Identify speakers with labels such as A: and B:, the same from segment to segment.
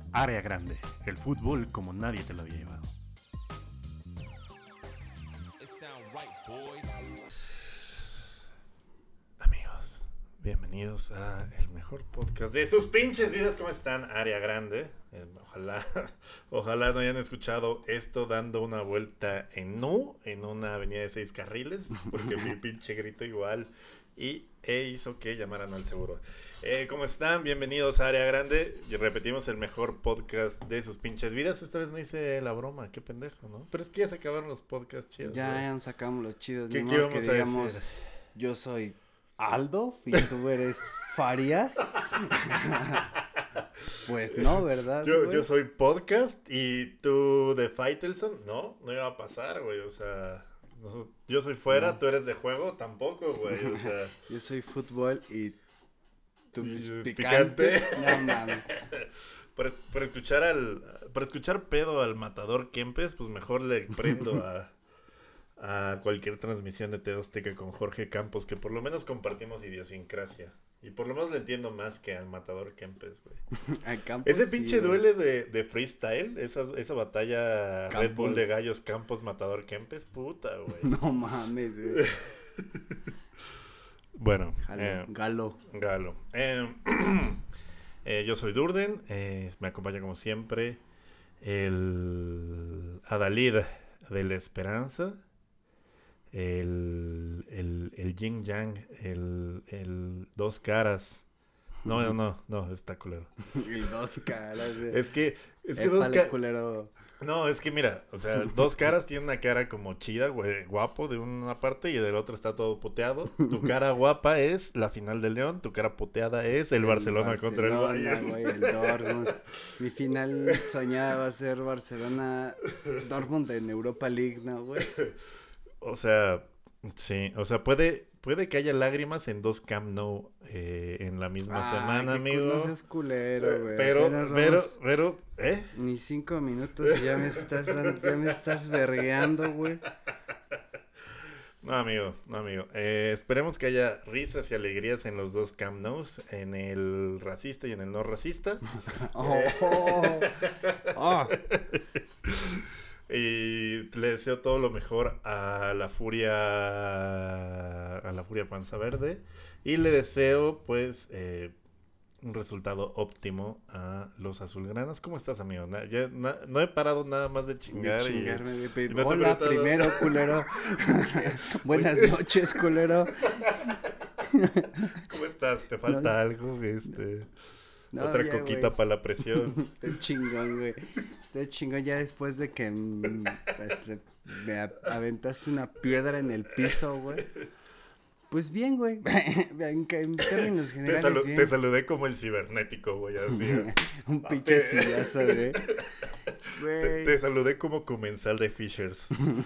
A: Área Grande, el fútbol como nadie te lo había llevado. Amigos, bienvenidos a el mejor podcast de sus pinches vidas. ¿Cómo están? Área Grande. Ojalá no hayan escuchado esto dando una vuelta en una avenida de 6 carriles, porque mi pinche grito igual hizo que llamaran al seguro. ¿Cómo están? Bienvenidos a Área Grande. Y repetimos, el mejor podcast de sus pinches vidas. Esta vez no hice la broma, qué pendejo, ¿no? Pero es que ya se acabaron los podcasts chidos.
B: Ya nos sacamos los chidos.
A: ¿Qué
B: Ni
A: íbamos
B: que
A: a
B: digamos,
A: decir?
B: yo soy Aldo y tú eres Farias. Pues no, ¿verdad?
A: Yo soy podcast y tú de Faitelson. No iba a pasar, güey. O sea, yo soy fuera,
B: No.
A: tú eres de juego, tampoco, güey. O sea,
B: Yo soy fútbol y tú
A: Y
B: picante.
A: picante.
B: No mames.
A: para escuchar pedo al matador Kempes, pues mejor le prendo a cualquier transmisión de TV Azteca con Jorge Campos, que por lo menos compartimos idiosincrasia. Y por lo menos le entiendo más que al matador Kempes, güey.
B: A Campos,
A: Ese
B: sí,
A: pinche
B: güey.
A: duele de freestyle, esa batalla Red Bull de
B: Campos.
A: gallos Campos matador Kempes, puta, güey.
B: No mames, güey.
A: Bueno,
B: Galo.
A: Galo. Yo soy Durden, me acompaña como siempre el Adalid de la Esperanza, el Yin Yang, el Dos Caras. No, está culero.
B: Y dos caras, güey.
A: Es que Dos
B: Épale,
A: Caras.
B: culero.
A: No, es que mira, o sea, Dos Caras tiene una cara como chida, güey, guapo de una parte y de la otra está todo puteado. Tu cara guapa es la final del León, tu cara puteada es el Barcelona contra el Bayern.
B: Güey, el Dortmund. Mi final soñada va a ser Barcelona-Dortmund en Europa League, ¿no, güey?
A: O sea, sí, o sea, puede que haya lágrimas en dos Camp Nou en la misma semana, amigo.
B: No seas culero, güey.
A: Pero,
B: Apenas vamos
A: ¿eh?
B: Ni 5 minutos y ya me estás vergueando, güey.
A: No, amigo. Esperemos que haya risas y alegrías en los dos Camp Nous, en el racista y en el no racista. Y le deseo todo lo mejor a la Furia Panza Verde. Y le deseo, pues, un resultado óptimo a los azulgranas. ¿Cómo estás, amigo? No he parado nada más de chingar.
B: Chingarme, güey.
A: y me ha
B: Hola,
A: tocado-
B: primero, culero. Buenas noches, culero.
A: ¿Cómo estás? ¿Te falta algo?
B: No,
A: Otra
B: ya,
A: coquita
B: güey.
A: para la presión.
B: Estoy chingón, güey. Estoy chingón ya después de que me aventaste una piedra en el piso, güey. Pues bien, güey. En términos generales, bien.
A: Te saludé como el cibernético, güey, así.
B: Un pinche sillazo, güey. Güey.
A: Te saludé como comensal de Fishers.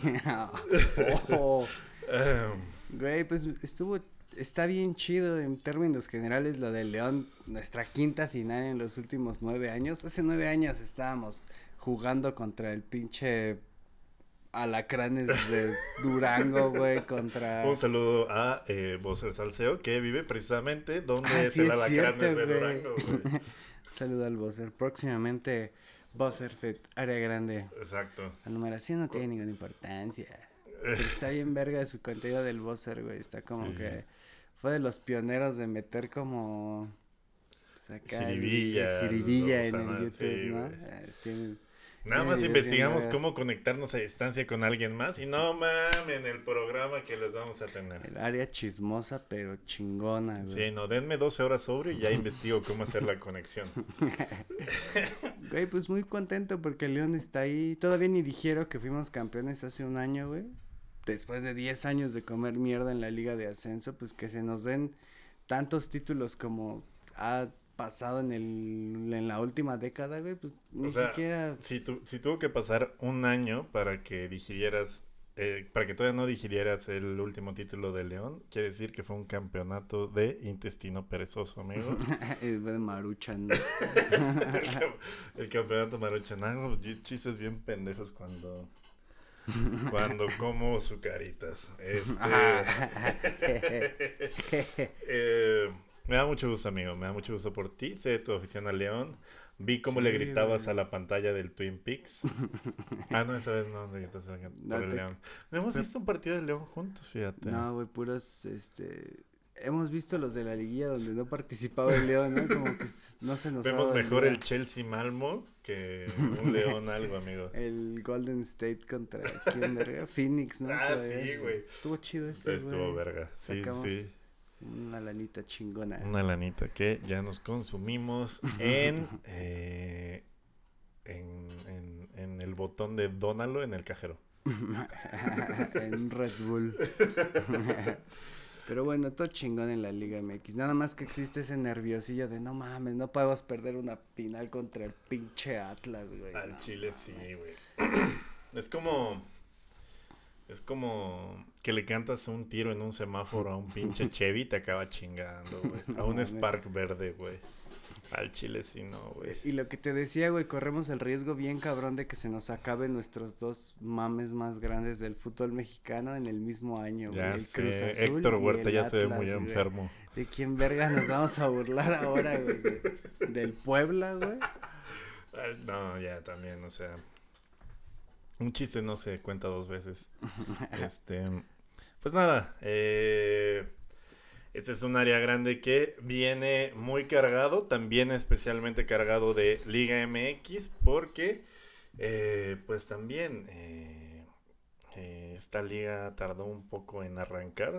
B: Oh.
A: Um,
B: Güey, pues está bien chido en términos generales lo del León, nuestra quinta final en los últimos 9 años. Hace 9 años estábamos jugando contra el pinche Alacranes de Durango, güey, contra...
A: Un saludo a Bosser Salseo, que vive precisamente donde es
B: sí
A: el
B: es
A: Alacranes
B: cierto,
A: de
B: güey.
A: Durango, güey.
B: Saludo al Bosser. Próximamente Bosserfet, área grande.
A: Exacto.
B: La numeración no tiene ninguna importancia. Pero está bien verga su contenido del Bosser, güey. Está como
A: Sí.
B: que fue de los pioneros de meter como pues acá
A: Jiribilla,
B: en
A: o sea,
B: el YouTube,
A: sí,
B: ¿no?
A: güey.
B: Tiene
A: Nada
B: tiene
A: más
B: videos
A: investigamos
B: bien
A: cómo conectarnos a distancia con alguien más y no mamen el programa que les vamos a tener.
B: el área chismosa pero chingona, güey.
A: Sí, no, denme 12 horas sobre y ya investigo cómo hacer la conexión.
B: Güey, pues muy contento porque el León está ahí. Todavía ni dijeron que fuimos campeones hace un año, güey. Después de 10 años de comer mierda en la liga de ascenso, pues que se nos den tantos títulos como ha pasado en la última década, güey, pues ni siquiera...
A: Si tuvo que pasar un año para que digirieras, para que todavía no digirieras el último título de León, quiere decir que fue un campeonato de intestino perezoso, amigo.
B: Es de Maruchan, ¿no?
A: el campeonato maruchanado, chistes bien pendejos cuando como sucaritas. Me da mucho gusto, amigo. Me da mucho gusto por ti. Sé de tu afición al León. Vi cómo
B: Sí,
A: le gritabas
B: güey.
A: a la pantalla del Twin Peaks. No, esa vez no, le gritaste
B: No,
A: por el León. No hemos
B: fue-
A: visto un partido del León juntos, fíjate.
B: no, güey, puros, hemos visto los de la liguilla donde no participaba el León, ¿no? Como que no se nos ha
A: Vemos
B: dado el
A: mejor el
B: día.
A: Chelsea Malmo que un León algo, amigo.
B: El Golden State contra, ¿quién verga? Phoenix, ¿no?
A: Ah,
B: Todavía
A: sí, güey.
B: Estuvo chido ese, güey.
A: Estuvo verga. Sí,
B: Sacamos
A: sí.
B: una lanita chingona.
A: Una lanita que ya nos consumimos en el botón de dónalo en el cajero.
B: En Red Bull. Pero bueno, todo chingón en la Liga MX. Nada más que existe ese nerviosillo de no mames, no podemos perder una final contra el pinche Atlas, güey.
A: Al
B: no,
A: Chile
B: mames.
A: sí, güey. Es como que le cantas un tiro en un semáforo a un pinche Chevy y te acaba chingando, güey. A
B: No
A: un
B: mames.
A: Spark verde, güey. Al Chile sí no, güey.
B: Y lo que te decía, güey, corremos el riesgo bien cabrón de que se nos acaben nuestros dos mames más grandes del fútbol mexicano en el mismo año, güey.
A: Ya
B: El Cruz
A: sé,
B: Azul
A: Héctor
B: y
A: Huerta
B: el
A: ya se ve
B: Atlas,
A: muy
B: güey.
A: enfermo.
B: ¿De quién verga nos vamos a burlar ahora, güey? ¿Del Puebla, güey?
A: No, ya también, o sea. Un chiste no se cuenta dos veces. Pues nada, este es un área grande que viene muy cargado, también especialmente cargado de Liga MX, porque pues también esta liga tardó un poco en arrancar,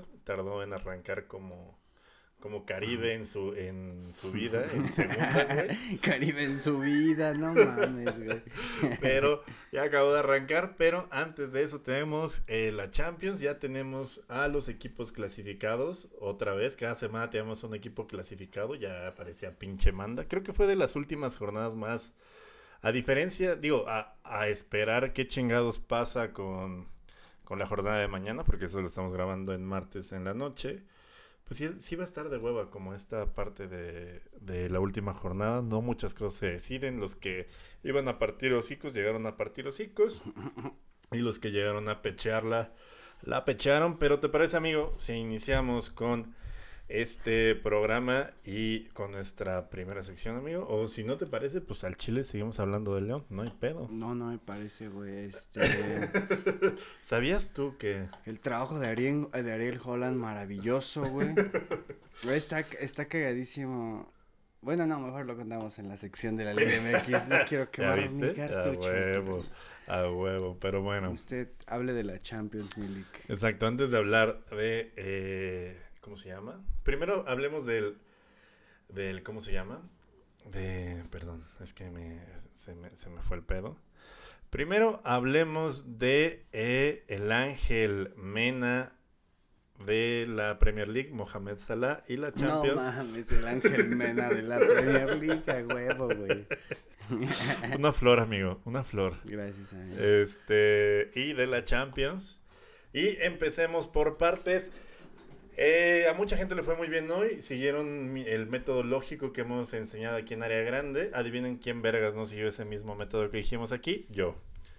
A: como Caribe en su vida, en segunda, güey.
B: Caribe en su vida, no mames, güey.
A: Pero ya acabó de arrancar, pero antes de eso tenemos la Champions, ya tenemos a los equipos clasificados otra vez, cada semana tenemos un equipo clasificado, ya parecía pinche manda, creo que fue de las últimas jornadas más, a diferencia, digo, a esperar qué chingados pasa con la jornada de mañana, porque eso lo estamos grabando en martes en la noche. Pues sí va a estar de hueva como esta parte de la última jornada. No muchas cosas se deciden. Los que iban a partir hocicos llegaron a partir hocicos. Y los que llegaron a pechearla, la pecharon. Pero ¿te parece, amigo? Si iniciamos con este programa y con nuestra primera sección, amigo. O si no te parece, pues al Chile seguimos hablando de León. No hay pedo.
B: No me parece, güey.
A: ¿Sabías tú que
B: El trabajo de Ariel Holland, maravilloso, güey. Güey, está cagadísimo. Bueno, no, mejor lo contamos en la sección de la Liga MX. No quiero
A: ¿Ya
B: quemar mi
A: viste? A
B: cartucho.
A: huevo, a huevo. Pero bueno.
B: Usted hable de la Champions League.
A: Exacto, antes de hablar de ¿cómo se llama? Primero hablemos del ¿cómo se llama? Perdón, es que se me fue el pedo. Primero hablemos de el Ángel Mena de la Premier League, Mohamed Salah, y la Champions.
B: No mames, el Ángel Mena de la Premier League, a huevo, güey.
A: Una flor, amigo, una flor.
B: Gracias, amigo.
A: Y de la Champions. Y empecemos por partes. A mucha gente le fue muy bien hoy. Siguieron el método lógico que hemos enseñado aquí en Área Grande. Adivinen quién vergas no siguió ese mismo método que dijimos aquí. Yo.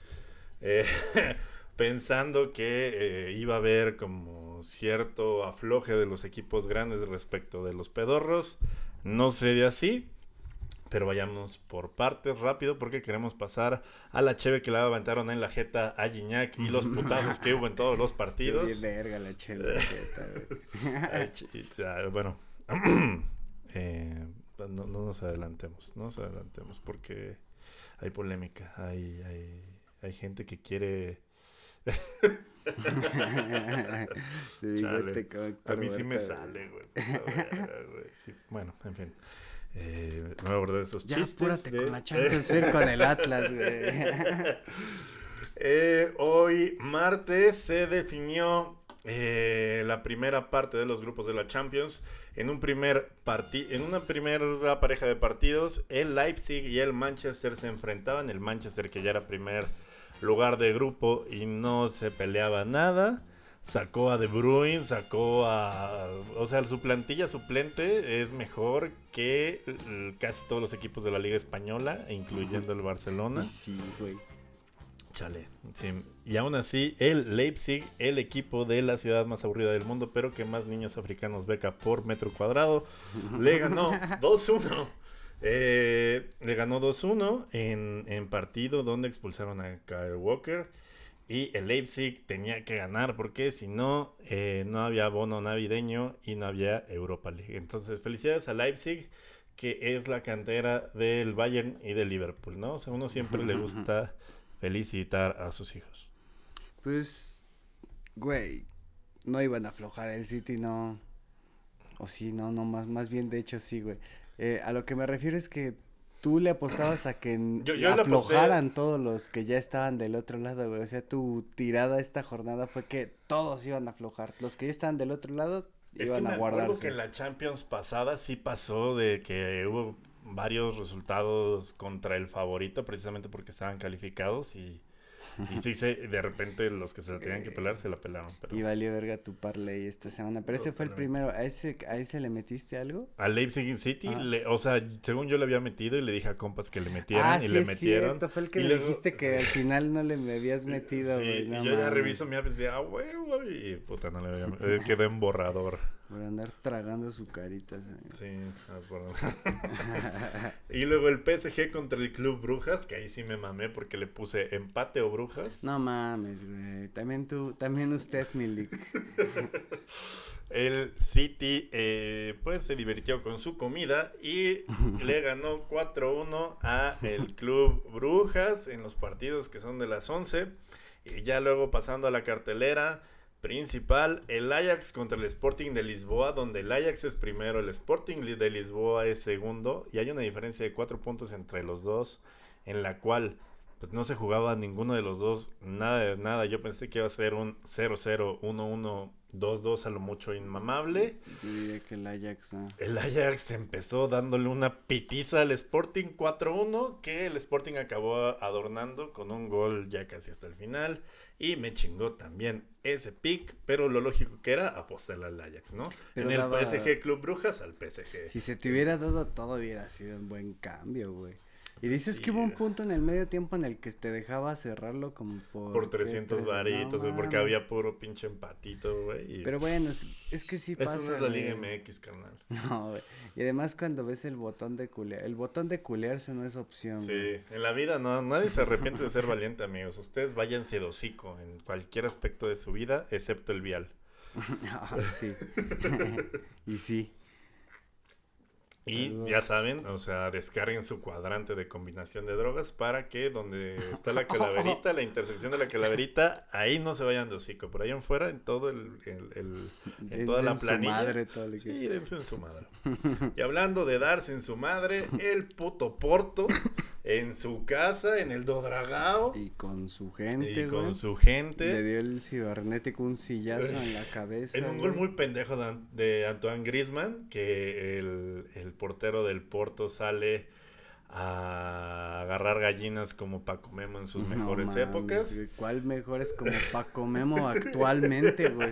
A: Pensando que iba a haber como cierto afloje de los equipos grandes respecto de los pedorros. No se dio así. Pero vayamos por partes rápido porque queremos pasar a la cheve que le aventaron en la jeta a Gignac y los putazos que hubo en todos los partidos.
B: Estoy bien verga la chela, güey.
A: Bueno, no nos adelantemos, porque hay polémica, hay gente que quiere...
B: Chale.
A: A mí sí me sale, güey. Sí, bueno, en fin. Me voy a abordar esos
B: ya,
A: chistes.
B: apúrate con la Champions League con el Atlas, güey.
A: Hoy martes se definió la primera parte de los grupos de la Champions. En una primera pareja de partidos, el Leipzig y el Manchester se enfrentaban. El Manchester, que ya era primer lugar de grupo y no se peleaba nada, sacó a De Bruyne, o sea, su plantilla suplente es mejor que casi todos los equipos de la Liga Española, incluyendo el Barcelona.
B: Sí, güey.
A: Chale, sí. Y aún así, el Leipzig, el equipo de la ciudad más aburrida del mundo, pero que más niños africanos beca por metro cuadrado, le ganó 2-1 Le ganó 2-1 en partido donde expulsaron a Kyle Walker. Y el Leipzig tenía que ganar porque si no, no había bono navideño y no había Europa League. Entonces, felicidades a Leipzig, que es la cantera del Bayern y del Liverpool, ¿no? O sea, uno siempre le gusta felicitar a sus hijos.
B: Pues, güey, no iban a aflojar el City, no. O sí, no, más bien de hecho sí, güey. A lo que me refiero es que tú le apostabas a que
A: yo
B: aflojaran todos los que ya estaban del otro lado, güey. O sea, tu tirada esta jornada fue que todos iban a aflojar. Los que ya estaban del otro lado iban a guardarse.
A: Es que en la Champions pasada sí pasó de que hubo varios resultados contra el favorito, precisamente porque estaban calificados y sí, de repente los que se la tenían que pelar se la pelaron. Pero...
B: Y valió verga tu parlay esta semana. Pero ese fue el primero. ¿A ese le metiste algo?
A: Al Leipzig City, o sea, según yo le había metido y le dije a compas que le metieran y
B: sí,
A: le metieron.
B: Cierto, fue el que le dijiste que al final no le habías metido, güey.
A: Sí, no, y yo ya reviso mi app y decía, huevo, y puta, no le había metido. Quedó en borrador.
B: Por andar tragando su carita.
A: Sí, y luego el PSG contra el Club Brujas, que ahí sí me mamé porque le puse empate o Brujas.
B: No mames, güey. También usted, Milik.
A: El City, pues se divirtió con su comida y le ganó 4-1 a el Club Brujas en los partidos que son de las 11. Y ya luego pasando a la cartelera principal, el Ajax contra el Sporting de Lisboa, donde el Ajax es primero, el Sporting de Lisboa es segundo, y hay una diferencia de 4 puntos entre los dos, en la cual pues no se jugaba ninguno de los dos, nada de nada. Yo pensé que iba a ser un 0-0, 1-1, 2-2 a lo mucho inmamable.
B: Yo diría que el Ajax, ¿no?
A: El Ajax empezó dándole una pitiza al Sporting 4-1, que el Sporting acabó adornando con un gol ya casi hasta el final. Y me chingó también ese pick, pero lo lógico que era apostarle al Ajax, ¿no?
B: Pero
A: en el PSG Club Brujas al PSG.
B: Si se te hubiera dado todo hubiera sido un buen cambio, güey. Y dices
A: sí,
B: que hubo un punto en el medio tiempo en el que te dejaba cerrarlo como
A: por 300 varitos, güey, porque había puro pinche empatito, güey.
B: Pero bueno, es que sí pasa.
A: Eso no es la Liga MX, carnal.
B: No, güey. Y además cuando ves el botón de culearse no es opción.
A: Sí,
B: güey.
A: En la vida no, nadie se arrepiente de ser valiente, amigos. Ustedes váyanse de hocico en cualquier aspecto de su vida, excepto el vial.
B: Sí. Y sí.
A: Y ya saben, o sea, descarguen su cuadrante de combinación de drogas para que donde está la calaverita, la intersección de la calaverita, ahí no se vayan de hocico. Por ahí en fuera, en todo en toda la planilla.
B: Madre, todo lo que...
A: Sí, dense en su madre. Y hablando de darse en su madre, el puto Porto en su casa, en el Dodragao.
B: Y con su gente,
A: Y con
B: güey.
A: su gente.
B: Le dio el cibernético un sillazo en la cabeza.
A: En un gol muy pendejo de Antoine Griezmann, que el portero del Porto sale a agarrar gallinas como Paco Memo en sus mejores épocas.
B: Güey, ¿cuál mejores como Paco Memo actualmente, güey?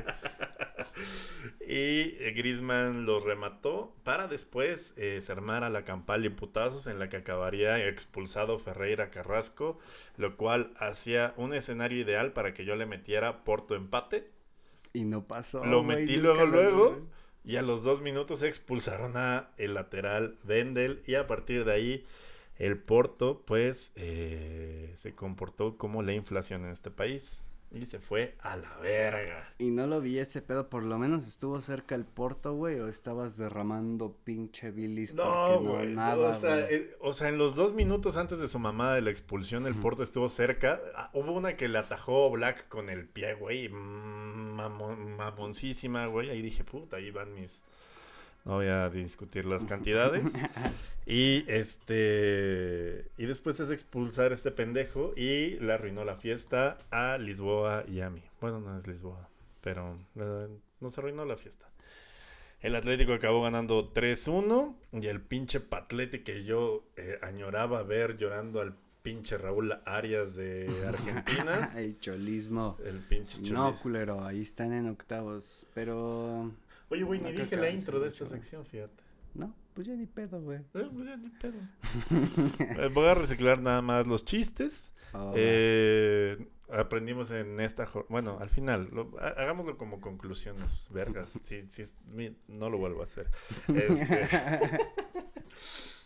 A: Y Griezmann los remató para después se armara la campal y putazos en la que acabaría expulsado Ferreira Carrasco, lo cual hacía un escenario ideal para que yo le metiera Porto empate.
B: Y no pasó.
A: Lo metí luego. Y a los 2 minutos expulsaron a el lateral Wendel. Y a partir de ahí el Porto pues se comportó como la inflación en este país. Y se fue a la verga.
B: Y no lo vi ese pedo, por lo menos estuvo cerca el Porto, güey, o estabas derramando pinche bilis.
A: No, güey, nada, o sea, en los 2 minutos antes de su mamada de la expulsión, el Porto estuvo cerca. Hubo una que le atajó Black con el pie, güey, mamoncísima, güey. Ahí dije, puta, ahí van mis... No voy a discutir las cantidades. Y y después es expulsar a este pendejo y le arruinó la fiesta a Lisboa y a mí. Bueno, no es Lisboa, pero nos arruinó la fiesta. El Atlético acabó ganando 3-1 y el pinche Patlete que yo añoraba ver llorando al pinche Raúl Arias de Argentina.
B: El cholismo.
A: El pinche cholismo.
B: No, culero, ahí están en octavos, pero...
A: Oye, güey, ni dije la intro de esta sección, fíjate.
B: No, pues ya ni pedo, güey.
A: Pues ya ni pedo. Voy a reciclar nada más los chistes. Aprendimos en esta... Bueno, al final, hagámoslo como conclusiones, vergas. No lo vuelvo a hacer.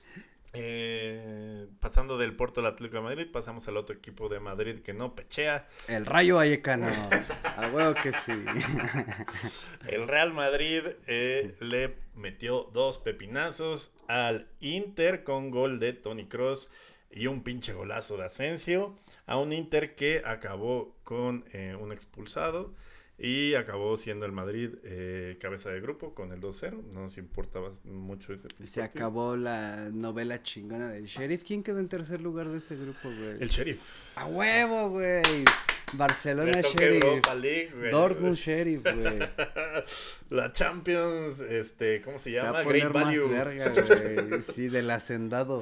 A: Pasando del Porto al Atlético de Madrid, pasamos al otro equipo de Madrid que no pechea.
B: El Rayo Vallecano. A huevo que sí.
A: El Real Madrid le metió 2 pepinazos al Inter con gol de Toni Kroos y un pinche golazo de Asensio. A un Inter que acabó con un expulsado. Y acabó siendo el Madrid cabeza de grupo con el 2-0. No nos importaba mucho ese partido.
B: Se acabó la novela chingona del Sheriff. ¿Quién quedó en tercer lugar de ese grupo, güey?
A: El Sheriff.
B: ¡A huevo, güey! Barcelona
A: Le toca
B: Sheriff.
A: Europa League, güey.
B: Dortmund Sheriff, güey.
A: La Champions, ¿cómo se
B: Se va
A: llama?
B: a poner
A: Great
B: más
A: Value.
B: verga, güey. Sí, del hacendado.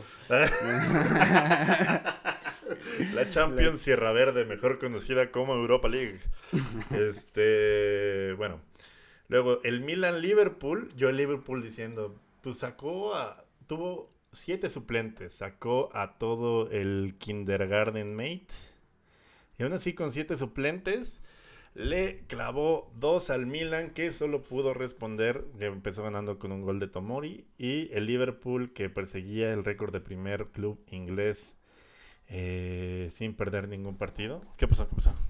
A: La Champions Sierra Verde, mejor conocida como Europa League. Bueno. Luego, el Milan-Liverpool. Yo el Liverpool diciendo, pues tuvo 7 suplentes. Sacó a todo el kindergarten mate. Y aún así, con 7 suplentes, le clavó 2 al Milan, que solo pudo responder. Que empezó ganando con un gol de Tomori. Y el Liverpool, que perseguía el récord de primer club inglés sin perder ningún partido. ¿Qué pasó?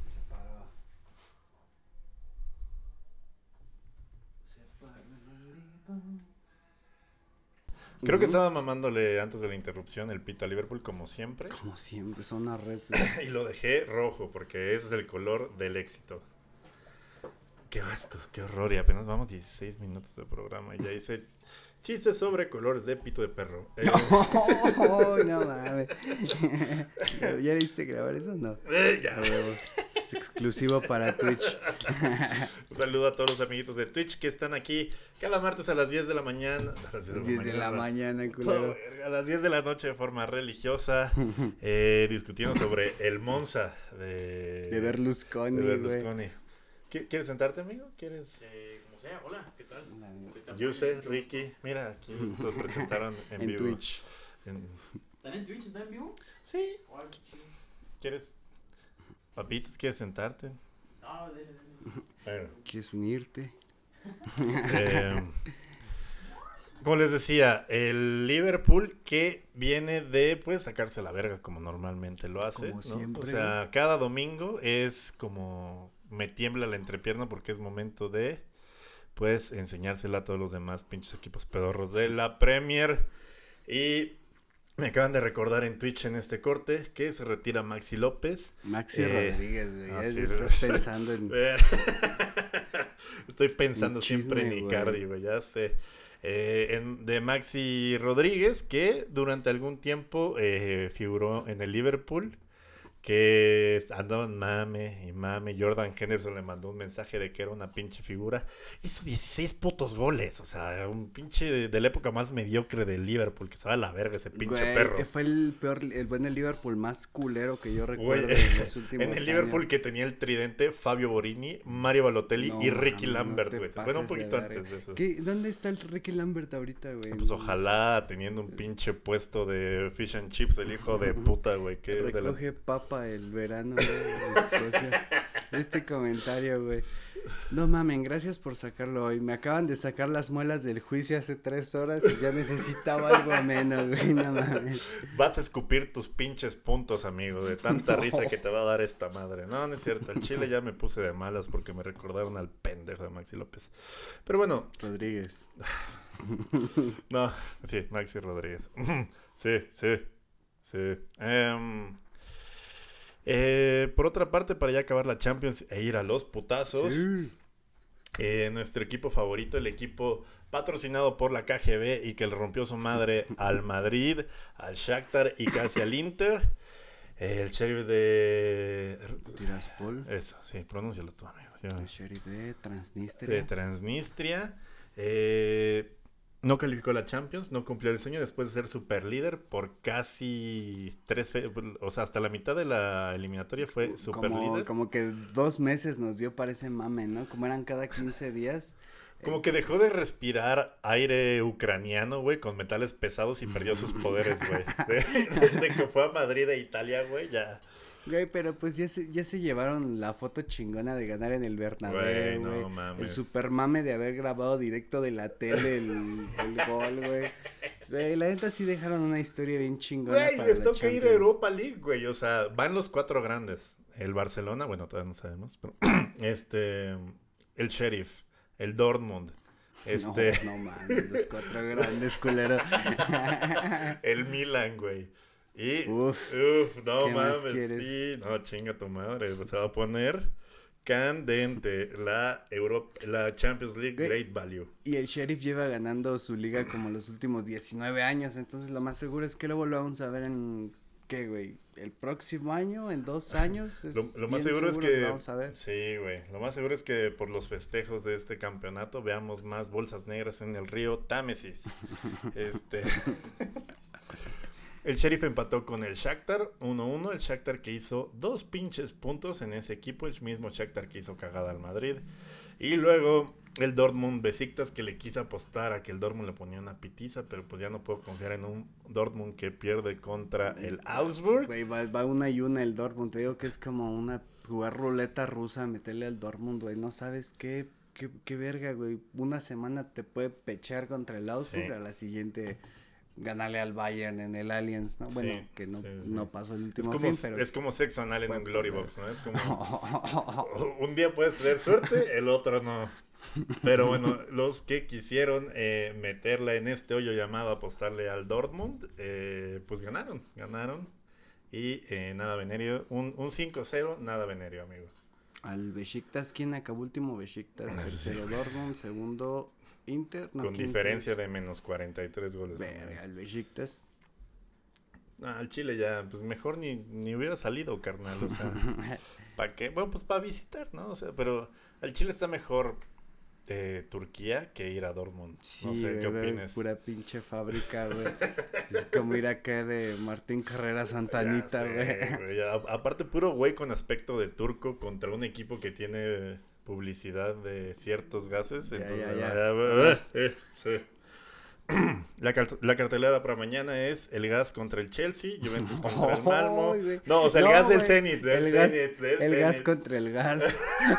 A: Creo que estaba mamándole antes de la interrupción el pito a Liverpool, como siempre.
B: Como siempre, son una red.
A: Y lo dejé rojo, porque ese es el color del éxito. Qué asco, qué horror. Y apenas vamos 16 minutos de programa. Y ya hice chistes sobre colores de pito de perro.
B: No mames. ¿Ya viste grabar eso o no?
A: Ya.
B: Es exclusivo para Twitch.
A: Un saludo a todos los amiguitos de Twitch que están aquí cada martes a las 10 de la mañana. A las
B: 10 de la mañana, culero.
A: A las 10 de la noche de forma religiosa, discutiendo sobre el Monza de
B: Berlusconi.
A: ¿Quieres sentarte, amigo? ¿Quieres?
C: Como sea, hola, ¿qué tal?
A: Yuse, Ricky, mira, aquí se presentaron en
B: En
A: vivo.
B: Twitch.
C: ¿Están en Twitch? ¿Están en vivo?
A: Sí.
C: Órale, chido.
A: ¿Quieres? Papitos, ¿quieres sentarte?
C: No, dale.
A: Bueno.
B: ¿Quieres unirte?
A: Como les decía, el Liverpool que viene de pues sacarse la verga como normalmente lo hace,
B: Como
A: ¿no?
B: siempre.
A: O sea, cada domingo es como me tiembla la entrepierna porque es momento de pues enseñársela a todos los demás pinches equipos pedorros de la Premier. Y me acaban de recordar en Twitch en este corte que se retira Maxi López.
B: Maxi Rodríguez, güey. Ya
A: sí,
B: estás pensando en...
A: Estoy pensando
B: Un chisme,
A: siempre en Icardi, güey, ya sé. De Maxi Rodríguez, que durante algún tiempo figuró en el Liverpool, que andaban mame y mame. Jordan Henderson le mandó un mensaje de que era una pinche figura. Hizo 16 putos goles, o sea, un pinche de la época más mediocre del Liverpool, que se va a la verga ese pinche
B: Güey,
A: perro.
B: fue el buen Liverpool más culero que yo recuerdo
A: Güey,
B: en los últimos
A: en el
B: años.
A: Liverpool que tenía el tridente Fabio Borini, Mario Balotelli
B: No,
A: y Ricky
B: mames,
A: Lambert,
B: no
A: güey.
B: te
A: Bueno, un
B: pases de
A: poquito
B: verga.
A: antes de eso.
B: ¿Dónde está el Ricky Lambert ahorita, güey?
A: Pues ojalá teniendo un pinche puesto de fish and chips, el hijo de puta, güey. Que
B: Recoge papa el verano, güey, de Escocia. Este comentario, güey. No mamen, gracias por sacarlo hoy. Me acaban de sacar las muelas del juicio hace 3 horas y ya necesitaba algo ameno, güey. No mames.
A: Vas a escupir tus pinches puntos, amigo, de tanta risa que te va a dar esta madre. No, no es cierto. El chile ya me puse de malas porque me recordaron al pendejo de Maxi López. Pero bueno.
B: Rodríguez.
A: No, sí, Maxi Rodríguez. Sí. Por otra parte, para ya acabar la Champions e ir a los putazos,
B: Sí.
A: Nuestro equipo favorito, el equipo patrocinado por la KGB y que le rompió su madre al Madrid, al Shakhtar y casi al Inter, el sheriff de...
B: Tiraspol.
A: Eso, sí, pronúncialo tú, amigo.
B: El sheriff de Transnistria.
A: De Transnistria. No calificó la Champions, no cumplió el sueño después de ser super líder por casi o sea, hasta la mitad de la eliminatoria fue super líder.
B: Como que 2 meses nos dio para ese mame, ¿no? Como eran cada 15 días.
A: Como que dejó de respirar aire ucraniano, güey, con metales pesados y perdió sus poderes, güey. De que fue a Madrid e Italia, güey, ya.
B: Güey, pero pues ya se llevaron la foto chingona de ganar en el Bernabéu, güey.
A: No mames.
B: El super mame de haber grabado directo de la tele el gol, güey. Güey, la neta sí dejaron una historia bien chingona
A: Güey,
B: para
A: les
B: la
A: toca ir a
B: Champions.
A: Europa League, güey. O sea, van los 4 grandes. El Barcelona, bueno, todavía no sabemos, pero el Sheriff, el Dortmund,
B: No mames, los 4 grandes, culero.
A: el Milan, güey. Y,
B: Uf,
A: no
B: ¿qué más
A: mames,
B: quieres?
A: sí, no, chinga tu madre, se va a poner candente la Champions League
B: Güey.
A: Great Value.
B: Y el Sheriff lleva ganando su liga como los últimos 19 años, entonces lo más seguro es que luego lo vamos a ver en, ¿qué, güey? ¿El próximo año? ¿En 2 años?
A: Lo más
B: bien
A: seguro es
B: lo
A: que,
B: vamos a ver.
A: sí, güey, lo más seguro es que por los festejos de este campeonato veamos más bolsas negras en el río Támesis. El Sheriff empató con el Shakhtar 1-1, el Shakhtar que hizo 2 pinches puntos en ese equipo, el mismo Shakhtar que hizo cagada al Madrid. Y luego el Dortmund Besiktas, que le quiso apostar a que el Dortmund le ponía una pitiza, pero pues ya no puedo confiar en un Dortmund que pierde contra el Augsburg.
B: Güey, va una y una el Dortmund, te digo que es como jugar ruleta rusa, meterle al Dortmund, güey, no sabes qué verga, güey, una semana te puede pechar contra el Augsburg,
A: Sí.
B: a la siguiente ganarle al Bayern en el Allianz, ¿no? Bueno,
A: Sí,
B: que no,
A: sí.
B: no pasó el
A: Es
B: último
A: como,
B: fin, pero
A: es como sexo anal en
B: buen
A: un Glory
B: poder.
A: Box, ¿no? Es como un día puedes tener suerte, el otro no. Pero bueno, los que quisieron meterla en este hoyo llamado apostarle al Dortmund, pues ganaron. Y nada venerio, un 5-0, nada venerio, amigo.
B: Al Besiktas, ¿quién acabó último? Besiktas, tercero Dortmund, segundo Inter, no,
A: Con
B: ¿quién
A: diferencia
B: crees?
A: de menos 43 goles.
B: Verga, el Besiktas.
A: Al Chile ya, pues mejor ni hubiera salido, carnal, o sea, ¿para qué? Bueno, pues para visitar, ¿no? O sea, pero al Chile está mejor Turquía que ir a Dortmund.
B: Sí,
A: No sé, ¿qué
B: güey,
A: opinas?
B: pura pinche fábrica, güey. Es como ir acá de Martín Carrera Santanita,
A: Ya sé,
B: güey.
A: güey. Aparte, puro güey con aspecto de turco contra un equipo que tiene publicidad de ciertos gases.
B: Ya,
A: Entonces,
B: ya.
A: sí. La cartelera para mañana es el Gas contra el Chelsea, Juventus contra el Malmo.
B: Ay, güey.
A: No, o sea, el
B: No,
A: Gas del
B: güey.
A: Zenit.
B: El gas contra el gas.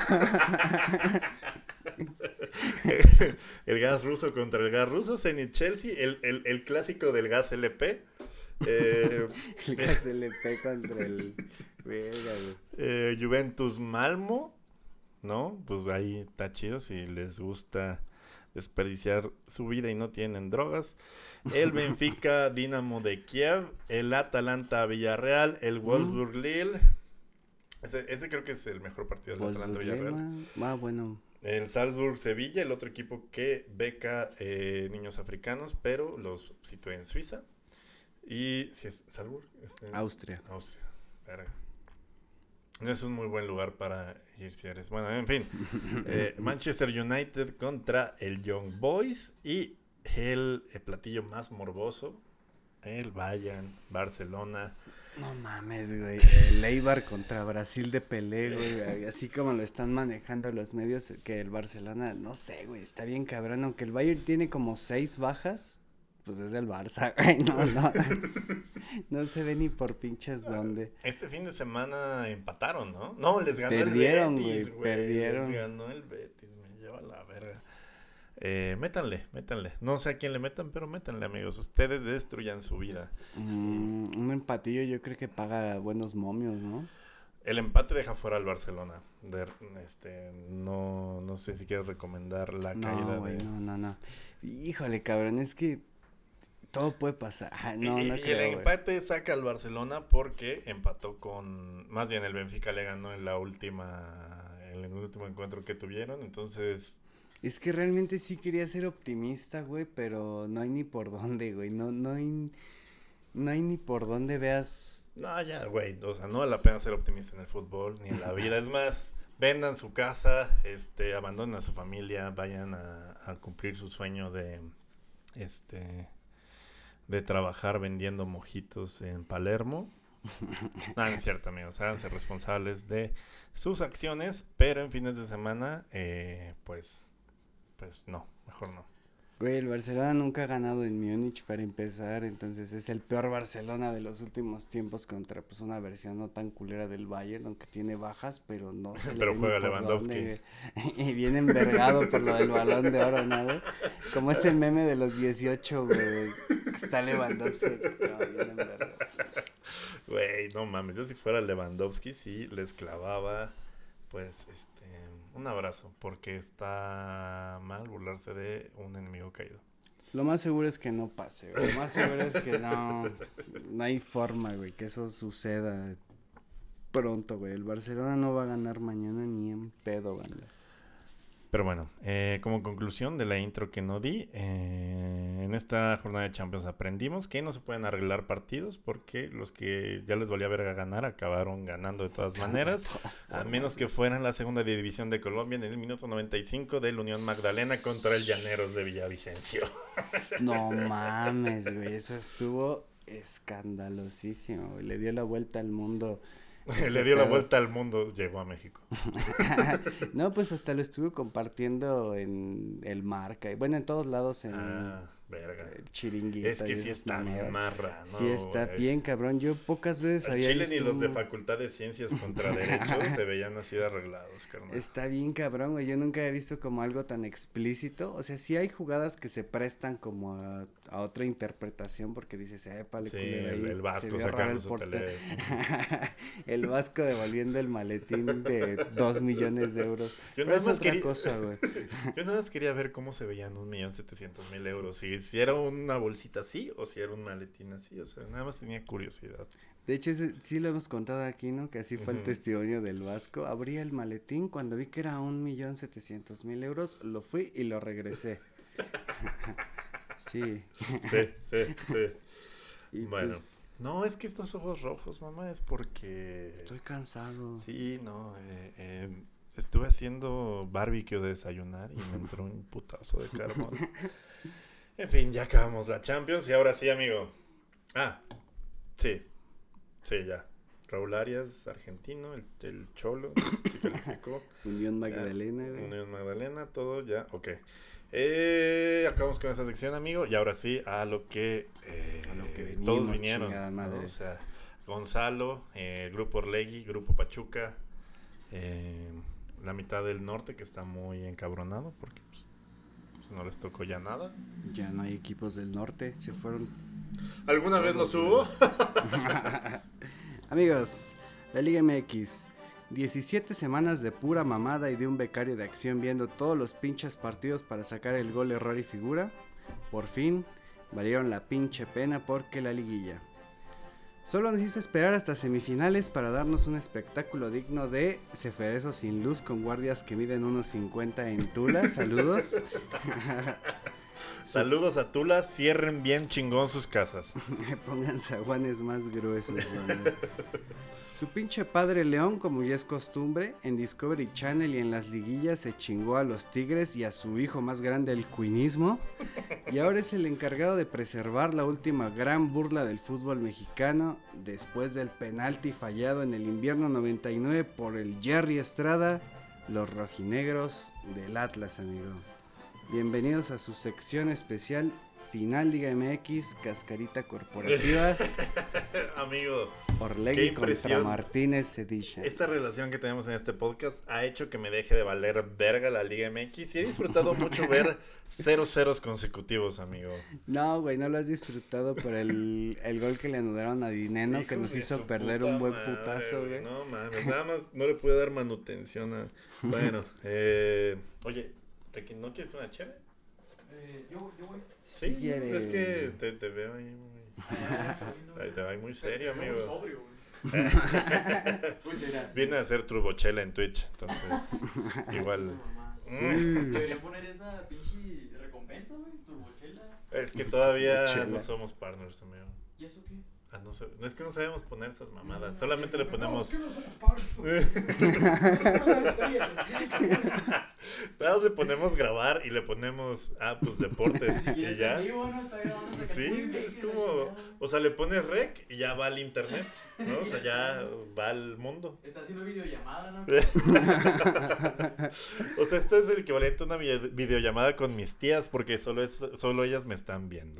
A: El Gas ruso contra el Gas ruso, Zenit Chelsea, el clásico del Gas LP.
B: El gas LP contra el... Verga, güey.
A: Juventus Malmo, ¿no? Pues ahí está chido si les gusta desperdiciar su vida y no tienen drogas. El Benfica Dinamo de Kiev, el Atalanta Villarreal, el Wolfsburg Lille. Ese creo que es el mejor partido del Atalanta Villarreal.
B: Bueno.
A: El Salzburg Sevilla, el otro equipo que beca niños africanos, pero los sitúa en Suiza. Y si es Salzburg,
B: Austria.
A: Verga. No es un muy buen lugar para ir si eres. Bueno, en fin. Manchester United contra el Young Boys. Y el platillo más morboso, el Bayern, Barcelona.
B: No mames, güey. El Eibar contra Brasil de Pelé, güey. Así como lo están manejando los medios, que el Barcelona, no sé, güey, está bien cabrón. Aunque el Bayern tiene como 6 bajas, pues es el Barça, güey. No se ve ni por pinches dónde.
A: Este fin de semana empataron, ¿no? No, les ganó
B: Perdieron,
A: el Betis,
B: güey, perdieron.
A: Les ganó el Betis, me lleva la verga. Métanle. No sé a quién le metan, pero métanle, amigos. Ustedes destruyan su vida.
B: Un empatillo yo creo que paga buenos momios, ¿no?
A: El empate deja fuera al Barcelona. No sé si quieres recomendar la caída
B: Güey,
A: de...
B: no. Híjole, cabrón, es que todo puede pasar. No
A: y
B: creo,
A: el
B: güey.
A: empate saca al Barcelona porque empató con... Más bien el Benfica le ganó en el último encuentro que tuvieron. Entonces...
B: Es que realmente sí quería ser optimista, güey, pero no hay ni por dónde, güey. No hay ni por dónde veas.
A: No, ya, güey. O sea, no vale la pena ser optimista en el fútbol ni en la vida. Es más, vendan su casa, abandonen a su familia, vayan a cumplir su sueño de trabajar vendiendo mojitos en Palermo. No es cierto, amigos. Háganse responsables de sus acciones, pero en fines de semana, pues no, mejor no.
B: Güey, el Barcelona nunca ha ganado en Múnich para empezar, entonces es el peor Barcelona de los últimos tiempos contra pues una versión no tan culera del Bayern, aunque tiene bajas, pero no se le
A: Pero
B: ve
A: juega
B: ni por
A: Lewandowski.
B: dónde, güey. Y viene envergado por lo del Balón de Oro, ¿no, güey? Como ese meme de los 18, güey, que está Lewandowski, no, viene envergado.
A: Güey, no mames, yo si fuera Lewandowski sí les clavaba, pues, un abrazo, porque está mal burlarse de un enemigo caído.
B: Lo más seguro es que no pase, güey. Lo más seguro es que no hay forma, güey, que eso suceda pronto, güey. El Barcelona no va a ganar mañana ni en pedo, banda.
A: Pero bueno, como conclusión de la intro que no di, en esta jornada de Champions aprendimos que no se pueden arreglar partidos porque los que ya les valía verga ganar acabaron ganando de todas maneras, a menos que fueran la segunda división de Colombia en el minuto 95 del Unión Magdalena contra el Llaneros de Villavicencio.
B: No mames, güey, eso estuvo escandalosísimo, güey. Le dio la vuelta al mundo.
A: Le dio la vuelta al mundo, llegó a México.
B: No, pues hasta lo estuve compartiendo en el Marca, y bueno, en todos lados en
A: Verga.
B: el Chiringuito.
A: Es que
B: y
A: sí
B: esas
A: está bien
B: mamadas.
A: marra, ¿no?
B: Sí está
A: güey?
B: bien, cabrón. Yo pocas veces
A: Al
B: había
A: Chile
B: visto
A: ni los de
B: un-
A: Facultad de Ciencias contra Derechos se veían así de arreglados, carnal.
B: Está bien cabrón, güey. Yo nunca he visto como algo tan explícito. O sea, sí hay jugadas que se prestan como a otra interpretación porque dices, pale,
A: Sí,
B: culero, ahí
A: el
B: se
A: Vasco
B: vio raro
A: sacando
B: el
A: su
B: portero.
A: teléfono.
B: El Vasco devolviendo el maletín de 2 millones de euros.
A: Yo
B: Pero
A: nada
B: es
A: más
B: otra
A: quería-
B: cosa, güey.
A: Yo nada más quería ver cómo se veían 1.700.000 euros. Si era una bolsita así o si era un maletín así. O sea, nada más tenía curiosidad.
B: De hecho, sí lo hemos contado aquí, ¿no? Que así fue el
A: Ujú.
B: testimonio del Vasco. Abrí el maletín, cuando vi que era 1.700.000 euros, lo fui y lo regresé. Sí.
A: Sí, sí, sí.
B: Y
A: Bueno.
B: pues,
A: No, es que estos ojos rojos, mamá, es porque...
B: estoy cansado.
A: Sí, no, estuve haciendo barbecue de desayunar y me entró un putazo de carbón. En fin, ya acabamos la Champions y ahora sí, amigo. Sí, ya. Raúl Arias, argentino, el Cholo, se calificó.
B: Unión Magdalena, güey.
A: Unión Magdalena, todo ya, ok. Acabamos con esta sección, amigo, y ahora sí a lo que,
B: A lo que venimos,
A: todos vinieron,
B: chingada
A: ¿no?
B: madre.
A: O sea, Gonzalo, Grupo Orlegui, Grupo Pachuca, la mitad del norte que está muy encabronado porque pues, no les tocó ya nada.
B: Ya no hay equipos del norte, se fueron.
A: ¿Alguna vez los hubo?
B: Amigos, la Liga MX, 17 semanas de pura mamada y de un becario de acción viendo todos los pinches partidos para sacar el gol, error y figura. Por fin, valieron la pinche pena porque la liguilla solo nos hizo esperar hasta semifinales para darnos un espectáculo digno de Ceferezo sin luz con guardias que miden unos 50 en Tula. Saludos.
A: Saludos a Tula, cierren bien chingón sus casas.
B: Pongan zaguanes más gruesos, banda. Su pinche padre León, como ya es costumbre, en Discovery Channel y en las liguillas se chingó a los Tigres y a su hijo más grande, el cuinismo. Y ahora es el encargado de preservar la última gran burla del fútbol mexicano después del penalti fallado en el invierno 99 por el Jerry Estrada, los rojinegros del Atlas, amigo. Bienvenidos a su sección especial Final Liga MX, Cascarita Corporativa,
A: Amigo,
B: Orlegui
A: qué
B: contra
A: impresión.
B: Martínez Edition.
A: Esta relación que tenemos en este podcast ha hecho que me deje de valer verga la Liga MX y he disfrutado mucho ver 0-0 consecutivos, amigo.
B: No, güey, no lo has disfrutado por el gol que le anularon a Dineno, que
A: Hijos
B: nos
A: de
B: hizo
A: su
B: perder
A: puta
B: un buen
A: madre,
B: putazo, güey.
A: No mames, nada más no le pude dar manutención a... Bueno, oye, Ricky, ¿no quieres una chévere?
C: Yo voy.
B: Si quiere.
A: Es que te veo ahí muy... Ahí te veo muy serio,
C: Muy
A: amigo.
C: sobrio, güey. Muchas gracias.
A: Viene a hacer turbochela en Twitch, entonces igual...
C: Deberían poner esa pinche recompensa, güey. Turbochela.
A: Es que todavía
B: Turbochela.
A: no somos partners, amigo.
C: ¿Y eso qué?
A: No sé, es que no sabemos poner esas mamadas. Solamente le ponemos.
C: No, somos partos.
A: Nada más le ponemos grabar y le ponemos. Pues deportes. Y ya. Sí, es como. O sea, le pones rec y ya va al internet. ¿No? O sea, ya va al mundo.
C: Está haciendo videollamada, ¿no?
A: O sea, esto es el equivalente a una videollamada con mis tías porque solo ellas me están viendo.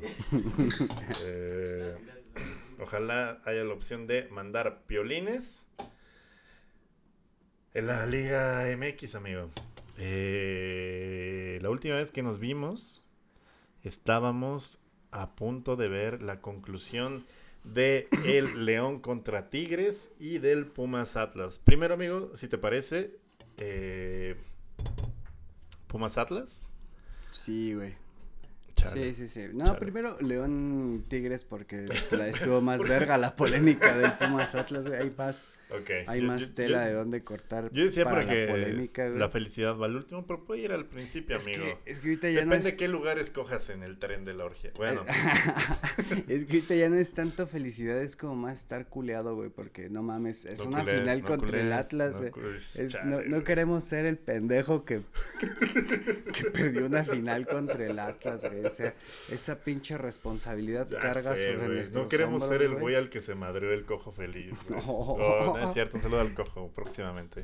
A: Ojalá haya la opción de mandar piolines en la Liga MX, amigo. La última vez que nos vimos, estábamos a punto de ver la conclusión de el León contra Tigres y del Pumas Atlas. Primero, amigo, si te parece, Pumas Atlas.
B: Sí, güey.
A: Chale.
B: Sí. No,
A: Chale.
B: primero León Tigres porque estuvo más verga la polémica del Pumas Atlas, güey. Hay más tela de dónde cortar
A: yo decía
B: para
A: porque
B: la polémica, güey.
A: la felicidad va al último, pero puede ir al principio, amigo.
B: Es que ahorita ya
A: Depende de qué lugar escojas en el tren de la orgía. Bueno.
B: Es que ahorita ya no es tanto felicidad, es como más estar culeado, güey, porque no mames, es una final contra el Atlas, güey. No queremos ser el pendejo que perdió una final contra el Atlas, güey. O sea, esa pinche responsabilidad
A: Ya
B: carga
A: sé,
B: sobre
A: güey.
B: nuestros
A: No queremos
B: hombros,
A: ser el
B: güey.
A: güey al que se madreó el cojo feliz, güey.
B: No.
A: No es cierto, un saludo al cojo próximamente.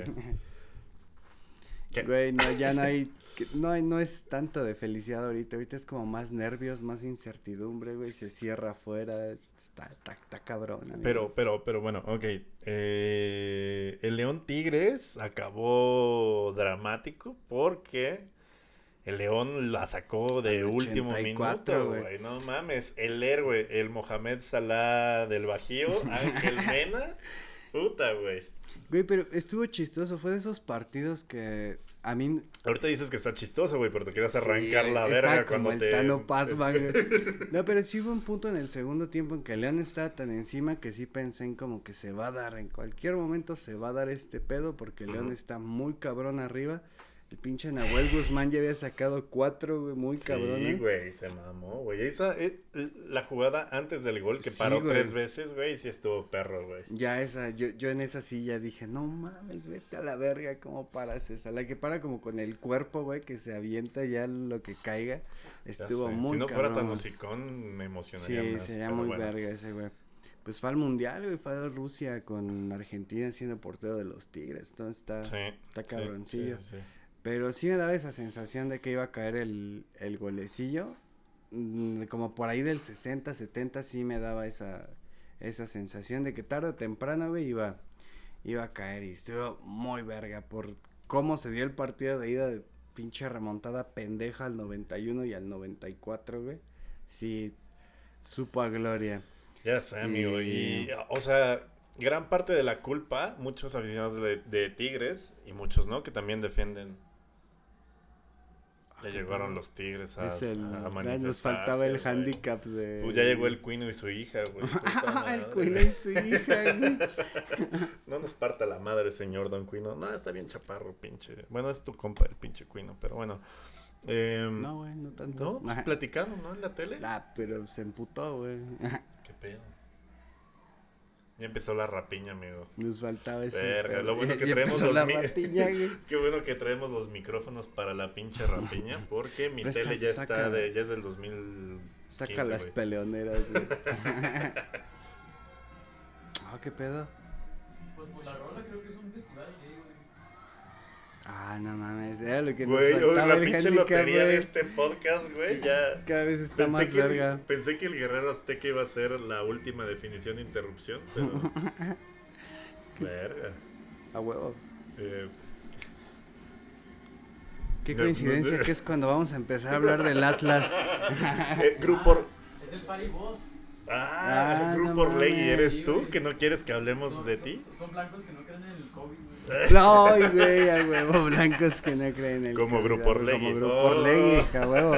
A: ¿Qué?
B: Güey, no, ya no hay, no es tanto de felicidad ahorita es como más nervios, más incertidumbre, güey, se cierra afuera, está cabrón. Amigo.
A: Pero bueno, ok. El León Tigres acabó dramático porque el León la sacó de
B: Al
A: último
B: 84,
A: minuto, güey. No mames, el héroe, el Mohamed Salah del Bajío, Ángel Mena, puta, güey.
B: Güey, pero estuvo chistoso, fue de esos partidos que a mí...
A: Ahorita dices que está chistoso, güey, pero te quieres arrancar
B: Sí,
A: la
B: está
A: verga
B: como
A: cuando
B: el
A: te...
B: Tano Pazman, güey. No, pero sí hubo un punto en el segundo tiempo en que León estaba tan encima que sí pensé en como que se va a dar, en cualquier momento se va a dar este pedo porque León está muy cabrón arriba. El pinche Nahuel Guzmán ya había sacado 4, güey, muy cabrón.
A: Sí, güey, se mamó, güey. Esa, la jugada antes del gol que
B: Sí,
A: paró
B: güey.
A: 3 veces, güey, sí estuvo perro, güey.
B: Ya yo en esa sí ya dije, no mames, vete a la verga, ¿cómo paras esa? La que para como con el cuerpo, güey, que se avienta ya lo que caiga, estuvo
A: Ya sé.
B: muy
A: Si no
B: cabrón.
A: fuera tan hocicón, me emocionaría
B: Sí,
A: más.
B: sería
A: pero
B: muy
A: bueno.
B: verga ese, güey. Pues fue al Mundial, güey, fue a Rusia con Argentina siendo portero de los Tigres, entonces está
A: Sí,
B: cabroncillo.
A: sí.
B: Pero sí me daba esa sensación de que iba a caer el golecillo, como por ahí del 60, 70 sí me daba esa sensación de que tarde o temprano, güey, iba a caer y estuvo muy verga por cómo se dio el partido de ida de pinche remontada pendeja al 91 y al 94, güey. Sí, supo a gloria.
A: Ya sé, amigo. Y, o sea, gran parte de la culpa, muchos aficionados de Tigres y muchos, ¿no? Que también defienden. Ya llegaron los Tigres a manifestarse,
B: nos faltaba el
A: güey.
B: handicap de...
A: Ya llegó el Cuino y su hija, güey. Puta
B: el
A: madre.
B: Cuino y su hija, güey.
A: No nos parta la madre, señor Don Cuino. No, está bien chaparro, pinche. Bueno, es tu compa, el pinche Cuino, pero bueno.
B: No, güey, no tanto.
A: No, pues platicaron, ¿no? En la tele.
B: Pero se emputó, güey.
A: ¿Qué pedo? Ya empezó la rapiña, amigo.
B: Nos faltaba ese
A: Verga,
B: pedo.
A: lo bueno que
B: Ya
A: traemos
B: empezó la
A: los
B: rapiña, güey.
A: Qué bueno que traemos los micrófonos para la pinche rapiña, porque mi
B: Presta-
A: tele ya
B: saca-
A: está ya es del 2015,
B: Saca las
A: güey.
B: peleoneras, güey. ¿Qué pedo?
C: Pues por la rola creo que es un festival gay, güey.
B: No mames, era lo que
A: Güey,
B: nos
A: la
B: faltaba el
A: pinche
B: handicap,
A: lotería de
B: güey.
A: este podcast, güey, ya...
B: Cada vez está más verga.
A: Pensé que el Guerrero Azteca iba a ser la última definición de interrupción, pero... Verga.
B: A huevo.
A: Eh,
B: Qué
A: no,
B: coincidencia
A: no.
B: que es cuando vamos a empezar a hablar del Atlas.
A: Grupo...
C: Es el party boss.
A: Grupo
B: no
A: Orlegui,
B: mames.
A: ¿eres
C: Sí,
A: tú?
C: güey.
A: ¿Que no quieres que hablemos
C: Son-
A: de
C: son-
A: ti?
C: Son blancos que no creen en el COVID, güey.
B: No, güey, a huevo, blancos que no creen en el
A: Como
B: COVID,
A: Grupo
B: a huevo,
A: Orlegui.
B: Como Grupo
A: Oh.
B: Orlegui, a huevo.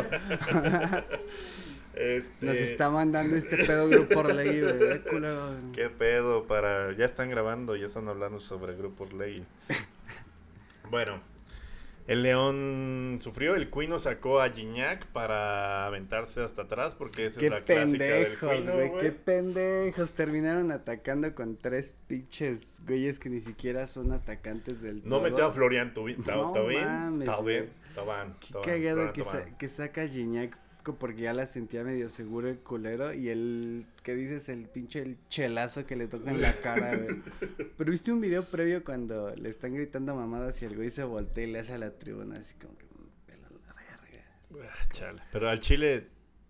B: Nos
A: Este,
B: está mandando este pedo Grupo Orlegui, güey, culero.
A: ¿Qué pedo para...? Ya están grabando, ya están hablando sobre Grupo Orlegui. Bueno, El León sufrió, el Cuino sacó a Gignac para aventarse hasta atrás porque esa
B: Qué
A: es la clásica del
B: pendejos,
A: Cuino,
B: güey, qué pendejos. Terminaron atacando con 3 pinches güeyes que ni siquiera son atacantes del todo.
A: No metió a Florian Thauvin.
B: No mames, güey.
A: Thauvin.
B: Qué cagado que saca a Gignac porque ya la sentía medio seguro el culero y el, ¿qué dices? El pinche el chelazo que le toca en la cara, güey. Pero viste un video previo cuando le están gritando mamadas y el güey se voltea y le hace a la tribuna así como que, pela la verga.
A: Chale. Pero al Chile,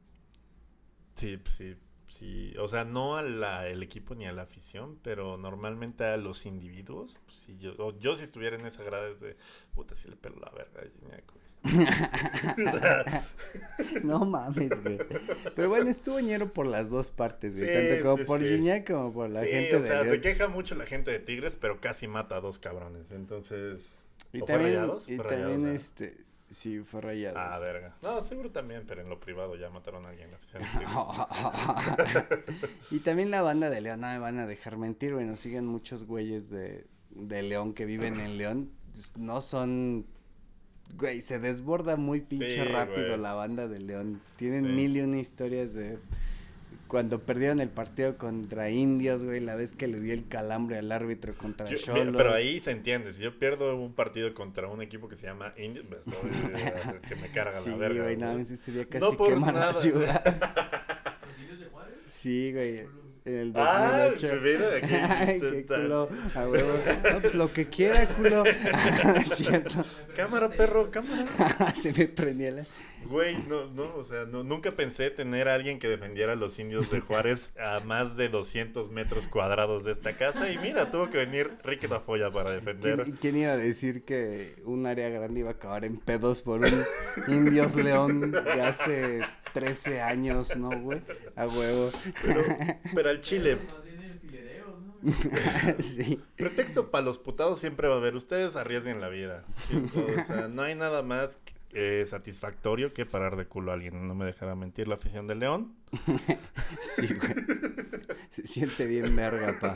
A: sí. O sea, no el equipo ni a la afición, pero normalmente a los individuos. Pues, si yo si estuviera en esa grada es de, puta, sí le pelo la verga a Gignac, güey. O sea,
B: No mames, güey. Pero bueno, estuvo ñero por las dos partes, güey.
A: Sí,
B: Tanto como
A: sí,
B: por
A: sí.
B: Gignac como por la
A: sí,
B: gente
A: o
B: de
A: sea,
B: León.
A: se queja mucho la gente de Tigres, pero casi mata a 2 cabrones. Entonces,
B: Y
A: ¿o
B: también,
A: fue Rayados?
B: y
A: Fue
B: también
A: Rayados, ¿eh?
B: sí, fue Rayados.
A: Ah, verga. No, seguro también, pero en lo privado ya mataron a alguien en la afición de Tigres.
B: Y también la banda de León, no me van a dejar mentir, güey, nos siguen muchos güeyes de León que viven en León, no son, güey, se desborda muy pinche
A: Sí,
B: rápido
A: güey.
B: la banda de León, tienen
A: Sí.
B: 1001 historias de cuando perdieron el partido contra Indios, güey, la vez que le dio el calambre al árbitro contra
A: Mira,
B: Xolos.
A: pero ahí se entiende, si yo pierdo un partido contra un equipo que se llama Indios, pues que me carga
B: Sí,
A: la verga.
B: güey,
A: güey.
B: no, ese sería
A: No
B: casi
A: por
B: quema la
A: nada.
B: ciudad.
C: ¿Los indios de Juárez?
B: Sí, güey, en el
A: Ah,
B: 2008.
A: mira,
B: Ay, qué culo, a huevo. No, pues lo que quiera, culo. Es cierto.
A: Cámara, perro, cámara.
B: Se me prendía la...
A: Güey, no, o sea, nunca pensé tener a alguien que defendiera a los indios de Juárez a más de 200 metros cuadrados de esta casa. Y mira, tuvo que venir Ricky Tafoya para defender.
B: ¿Quién iba a decir que un área grande iba a acabar en pedos por un Indios León de hace 13 años, ¿no, güey? A huevo.
A: Pero al Chile,
C: Más bien en filereos, ¿no?
B: Sí.
A: pretexto para los putados siempre va a haber. Ustedes arriesguen la vida. Sí, o sea, no hay nada más satisfactorio que parar de culo a alguien. No me dejará mentir la afición del León.
B: Sí, güey. Se siente bien verga, pa.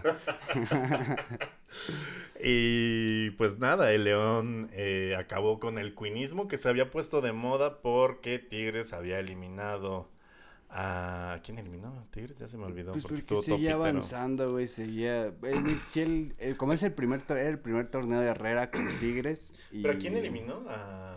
A: Y pues nada, el León acabó con el cuinismo que se había puesto de moda porque Tigres había eliminado a... ¿Quién eliminó a Tigres? Ya se me olvidó.
B: Pues porque
A: estuvo
B: seguía
A: topitero.
B: avanzando, güey, seguía... sí, como es era el primer torneo de Herrera con Tigres. Y,
A: ¿Pero quién eliminó? A...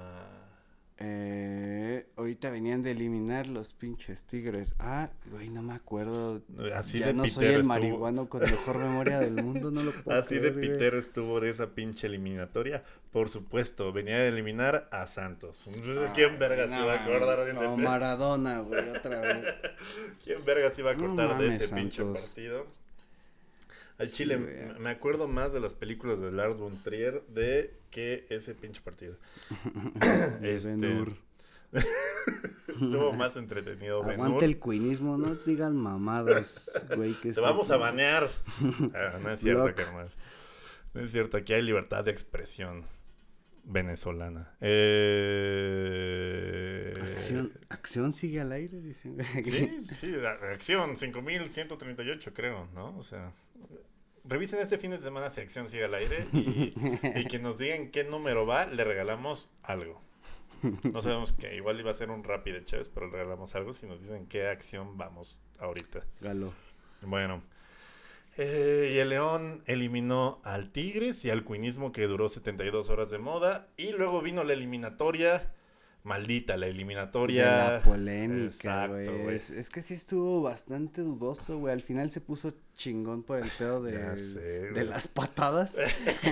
B: ahorita venían de eliminar los pinches Tigres. Ah, güey, no me acuerdo.
A: Así
B: Ya
A: de
B: no soy
A: pitero
B: el
A: estuvo.
B: marihuano con mejor memoria del mundo, no lo puedo
A: Así de
B: creer, güey.
A: pitero estuvo esa pinche eliminatoria. Por supuesto, venía de eliminar a Santos. ¿Quién verga se iba a acordar de ese
B: No, Maradona, güey, otra vez.
A: ¿Quién verga se iba a
B: No
A: acordar de
B: mames,
A: ese pinche
B: Santos.
A: partido? Al
B: Sí,
A: Chile,
B: güey.
A: me acuerdo más de las películas de Lars von Trier de que ese pinche partido.
B: Ben-Hur.
A: Estuvo más entretenido Ben-Hur.
B: Aguanta el cuinismo, no digan mamadas, güey, que
A: Te vamos a
B: van
A: banear. No es cierto,
B: Block.
A: carnal. No es cierto, aquí hay libertad de expresión venezolana.
B: Acción sigue al aire, dicen.
A: Sí, acción 5138 creo, ¿no? O sea, revisen este fin de semana si Acción sigue al aire y que nos digan qué número va, le regalamos algo. No sabemos que igual iba a ser un Rappi de Chévez, pero le regalamos algo si nos dicen qué acción vamos ahorita.
B: Galo.
A: Bueno, y el León eliminó al Tigres y al Cuinismo que duró 72 horas de moda. Y luego vino la eliminatoria, maldita la eliminatoria.
B: De la polémica,
A: Exacto,
B: güey. Es que sí estuvo bastante dudoso, güey. Al final se puso chingón por el pedo
A: Ya sé,
B: de
A: güey.
B: las patadas.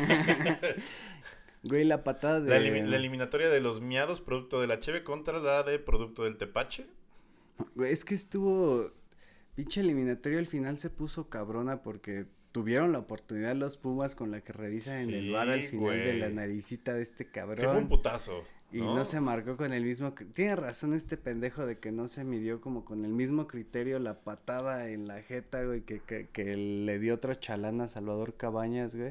B: Güey, la patada de...
A: La eliminatoria de los miados, producto de la Cheve, contra la de producto del Tepache.
B: Güey, es que estuvo... Pinche eliminatoria al final se puso cabrona porque tuvieron la oportunidad los Pumas con la que revisan en el
A: Sí,
B: bar al final de la
A: güey.
B: naricita de este cabrón.
A: Que fue un putazo.
B: Y
A: ¿no?
B: no se marcó con el mismo... Tiene razón este pendejo de que no se midió como con el mismo criterio la patada en la jeta, güey, que le dio otro chalán a Salvador Cabañas, güey.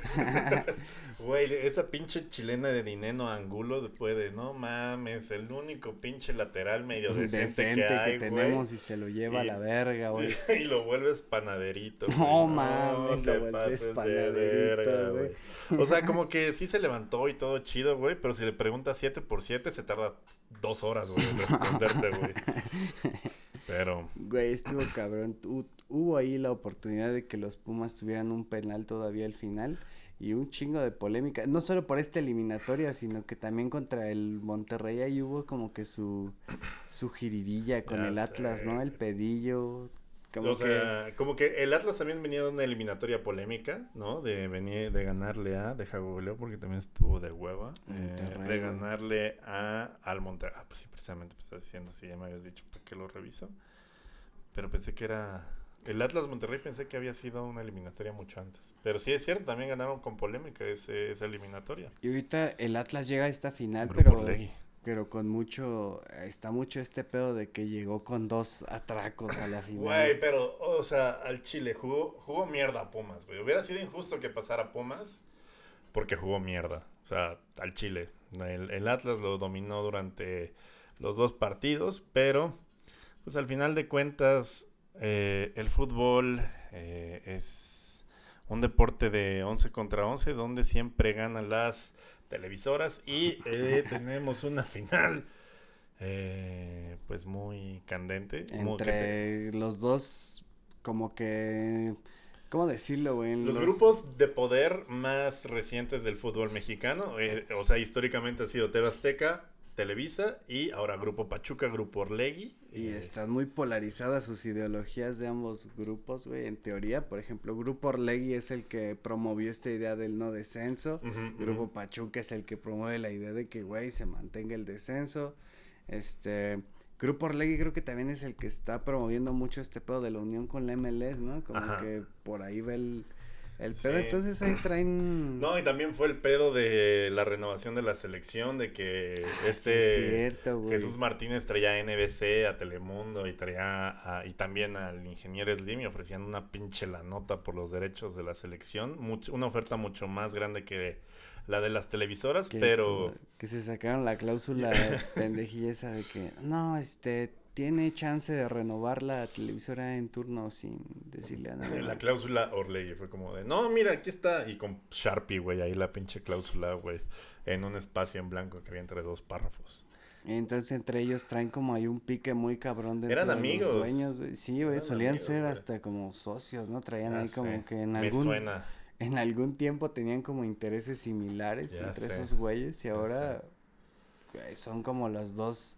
A: Güey, esa pinche chilena de Dineno Angulo fue de, no mames, el único pinche lateral medio decente que hay,
B: tenemos
A: güey.
B: y se lo lleva a
A: Y-
B: la verga, güey.
A: Y lo vuelves panaderito, güey.
B: No mames,
A: te
B: lo vuelves
A: pases de
B: panaderito,
A: verga,
B: güey.
A: O sea, como que sí se levantó y todo chido, güey, pero si le preguntas 7x7 se tarda 2 horas, güey, en responderte, güey. Pero,
B: Güey, estuvo cabrón. Hubo ahí la oportunidad de que los Pumas tuvieran un penal todavía al final y un chingo de polémica. No solo por esta eliminatoria, sino que también contra el Monterrey ahí hubo como que su jiribilla con
A: Ya
B: el
A: sé,
B: Atlas, ¿no? El
A: güey.
B: pedillo. Como
A: o sea, como que el Atlas también venía de una eliminatoria polémica, ¿no? De venir, de ganarle a, deja googleo porque también estuvo de hueva,
B: Monterrey,
A: de
B: güey.
A: ganarle al Monterrey. Ah, pues sí, precisamente me estás diciendo, sí, ya me habías dicho, ¿por qué lo reviso? Pero pensé que era, el Atlas Monterrey pensé que había sido una eliminatoria mucho antes. Pero sí es cierto, también ganaron con polémica esa eliminatoria.
B: Y ahorita el Atlas llega a esta final,
A: Grupo Orlegui.
B: pero con mucho, está mucho este pedo de que llegó con 2 atracos a la final.
A: Güey, pero, o sea, al Chile jugó mierda a Pumas, güey. Hubiera sido injusto que pasara Pumas porque jugó mierda. O sea, al Chile. El Atlas lo dominó durante los 2 partidos, pero, pues al final de cuentas, el fútbol es un deporte de 11 contra 11 donde siempre ganan las televisoras y tenemos una final pues muy candente.
B: Entre los dos, como que, ¿cómo decirlo, güey?
A: Los grupos de poder más recientes del fútbol mexicano, o sea, históricamente ha sido TV Azteca, Televisa y ahora Grupo Pachuca, Grupo Orlegui.
B: Y están muy polarizadas sus ideologías de ambos grupos, güey. En teoría, por ejemplo, Grupo Orlegui es el que promovió esta idea del no descenso. Grupo Pachuca es el que promueve la idea de que, güey, se mantenga el descenso. Grupo Orlegui creo que también es el que está promoviendo mucho este pedo de la unión con la MLS, ¿no? Como que por ahí va el pedo, entonces ahí traen...
A: No, y también fue el pedo de la renovación de la selección, de que
B: sí, es cierto, güey.
A: Jesús Martínez traía a NBC, a Telemundo, y traía y también al ingeniero Slim, y ofrecían una pinche la nota por los derechos de la selección, una oferta mucho más grande que la de las televisoras, pero...
B: Que se sacaron la cláusula pendejilla esa de que, no, tiene chance de renovar la televisora en turno sin decirle a nadie.
A: La cláusula Orlegui fue como de, no, mira, aquí está, y con Sharpie, güey, ahí la pinche cláusula, güey, en un espacio en blanco que había entre 2 párrafos.
B: Entonces entre ellos traen como hay un pique muy cabrón dentro
A: Eran
B: de
A: amigos.
B: los dueños, güey. Sí, güey,
A: Eran
B: solían
A: amigos,
B: ser
A: güey.
B: hasta como socios, ¿no? Traían
A: Ya
B: ahí
A: sé,
B: como que
A: me suena.
B: en algún tiempo tenían como intereses similares
A: Ya
B: entre
A: sé,
B: esos güeyes y
A: ya
B: ahora güey, son como los dos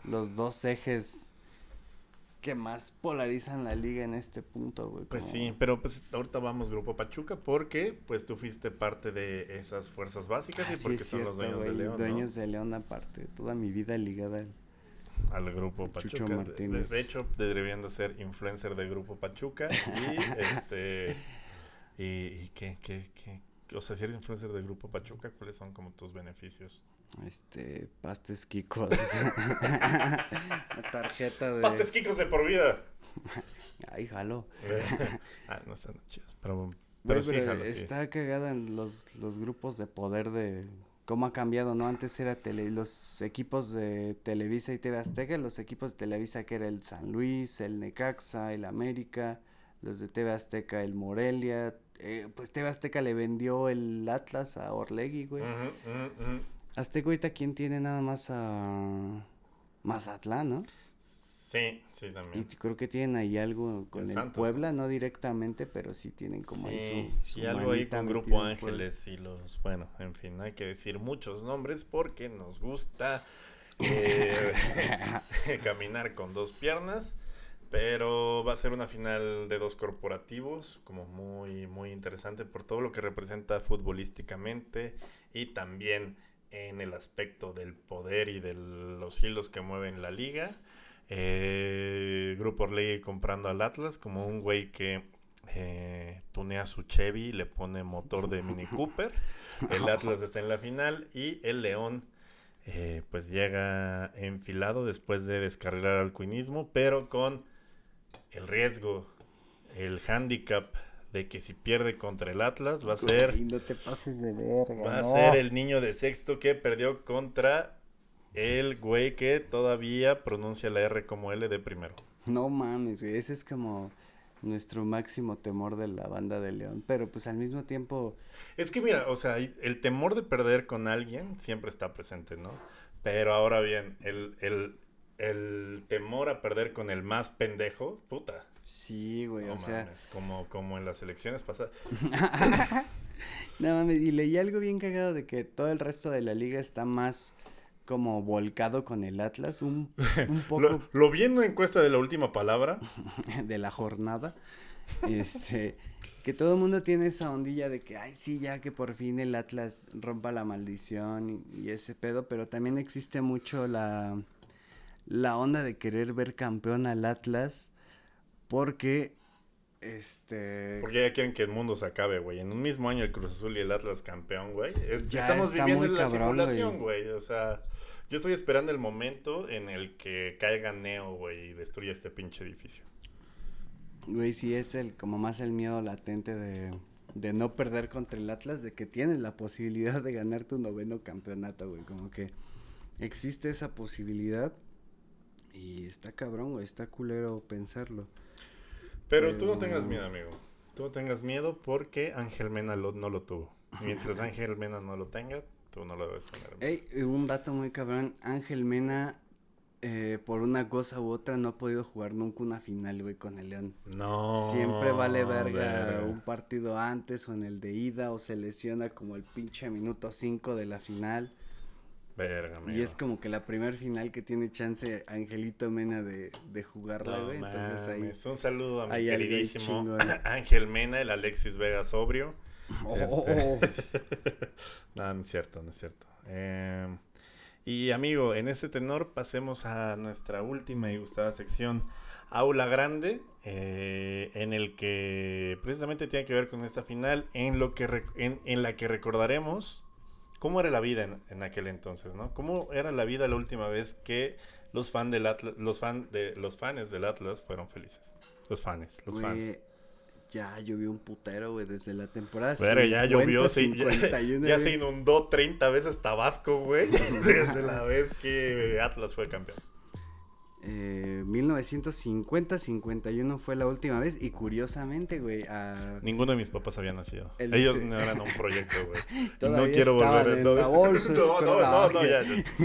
B: ejes que más polarizan la liga en este punto, güey.
A: Pues
B: como-
A: sí, pero pues ahorita vamos Grupo Pachuca porque pues tú fuiste parte de esas fuerzas básicas y
B: sí,
A: porque
B: es
A: son los
B: cierto,
A: dueños de
B: güey,
A: León,
B: dueños de León aparte, toda mi vida ligada
A: al Grupo
B: El
A: Pachuca.
B: Chucho Martínez.
A: De hecho, deberían de ser influencer de Grupo Pachuca y qué, o sea, si eres influencer de Grupo Pachuca, ¿cuáles son como tus beneficios?
B: Pastes Kikos. Una tarjeta de...
A: ¡Pastes Kikos de por vida!
B: Ay, jalo.
A: No están chidos, pero
B: Güey,
A: sí,
B: pero
A: jalo, sí.
B: está cagada en los grupos de poder de cómo ha cambiado, ¿no? Antes era los equipos de Televisa y TV Azteca, los equipos de Televisa que era el San Luis, el Necaxa, el América, los de TV Azteca, el Morelia, pues TV Azteca le vendió el Atlas a Orlegui, güey. Azteca ahorita quién tiene nada más a Mazatlán, ¿no?
A: Sí,
B: Y
A: también.
B: creo que tienen ahí algo con
A: El
B: el
A: Santos,
B: Puebla, no directamente, pero sí tienen como ahí
A: Sí,
B: su
A: algo ahí
B: manita
A: con
B: metida
A: Grupo
B: en Puebla.
A: Ángeles y bueno, en fin, no hay que decir muchos nombres porque nos gusta caminar con 2 piernas, pero va a ser una final de 2 corporativos, como muy, muy interesante por todo lo que representa futbolísticamente y también en el aspecto del poder y de los hilos que mueven la liga. Grupo Orlegui comprando al Atlas como un güey que tunea su Chevy, le pone motor de Mini Cooper. El Atlas está en la final y el León pues llega enfilado después de descarrilar al cuinismo, pero con el riesgo, el handicap de que si pierde contra el Atlas va a ser...
B: Güey, no te pases de verga,
A: Va a
B: no.
A: ser el niño de sexto que perdió contra el güey que todavía pronuncia la R como L de primero.
B: No mames, güey, ese es como nuestro máximo temor de la banda de León, pero pues al mismo tiempo,
A: Es que mira, o sea, el temor de perder con alguien siempre está presente, ¿no? Pero ahora bien, el temor a perder con el más pendejo, puta.
B: sí, güey,
A: No
B: o sea,
A: mames, como en las elecciones pasadas.
B: no mames, y leí algo bien cagado de que todo el resto de la liga está más como volcado con el Atlas, un poco
A: Lo vi en una encuesta de la última palabra.
B: de la jornada, que todo el mundo tiene esa ondilla de que, ay, sí, ya que por fin el Atlas rompa la maldición y ese pedo, pero también existe mucho la onda de querer ver campeón al Atlas porque,
A: Porque ya quieren que el mundo se acabe, güey. En un mismo año el Cruz Azul y el Atlas campeón, güey.
B: Ya
A: Estamos
B: está
A: viviendo
B: muy
A: en la
B: cabrón,
A: simulación, güey. O sea, yo estoy esperando el momento en el que caiga Neo, güey, y destruya este pinche edificio.
B: güey, sí es como más el miedo latente de no perder contra el Atlas, de que tienes la posibilidad de ganar tu 9º campeonato, güey, como que existe esa posibilidad y está cabrón, güey, está culero pensarlo.
A: Pero tú no tengas miedo, amigo. Tú no tengas miedo porque Ángel Mena no lo tuvo. Y mientras Ángel Mena no lo tenga, tú no lo debes tener.
B: Ey, un dato muy cabrón, Ángel Mena, por una cosa u otra, no ha podido jugar nunca una final, güey, con el León.
A: No.
B: Siempre vale verga un partido antes o en el de ida o se lesiona como el pinche minuto 5 de la final.
A: Verga, amigo.
B: Y es como que la primer final que tiene chance Angelito Mena de jugarla,
A: No
B: güey. Entonces ahí.
A: mames. Un saludo a mi
B: hay algo ahí
A: queridísimo
B: chingón.
A: Ángel Mena, el Alexis Vega sobrio.
B: Oh.
A: No, no es cierto, no es cierto. Y amigo, en este tenor pasemos a nuestra última y gustada sección, Aula Grande, en el que precisamente tiene que ver con esta final, en la que recordaremos cómo era la vida en aquel entonces, ¿no? Cómo era la vida la última vez que los fans del Atlas, los fanes del Atlas fueron felices. Los fans.
B: Güey, ya llovió un putero, güey, desde la temporada
A: Verga, ya llovió,
B: 51,
A: ya
B: güey.
A: se inundó 30 veces Tabasco, güey, desde la vez que Atlas fue campeón.
B: 1950-51 fue la última vez y curiosamente, güey,
A: Ninguno de mis papás había nacido.
B: El
A: Ellos
B: se-
A: no eran un proyecto, güey. Y no
B: todavía
A: quiero
B: estaban
A: volver
B: en la bolsa
A: no, ya.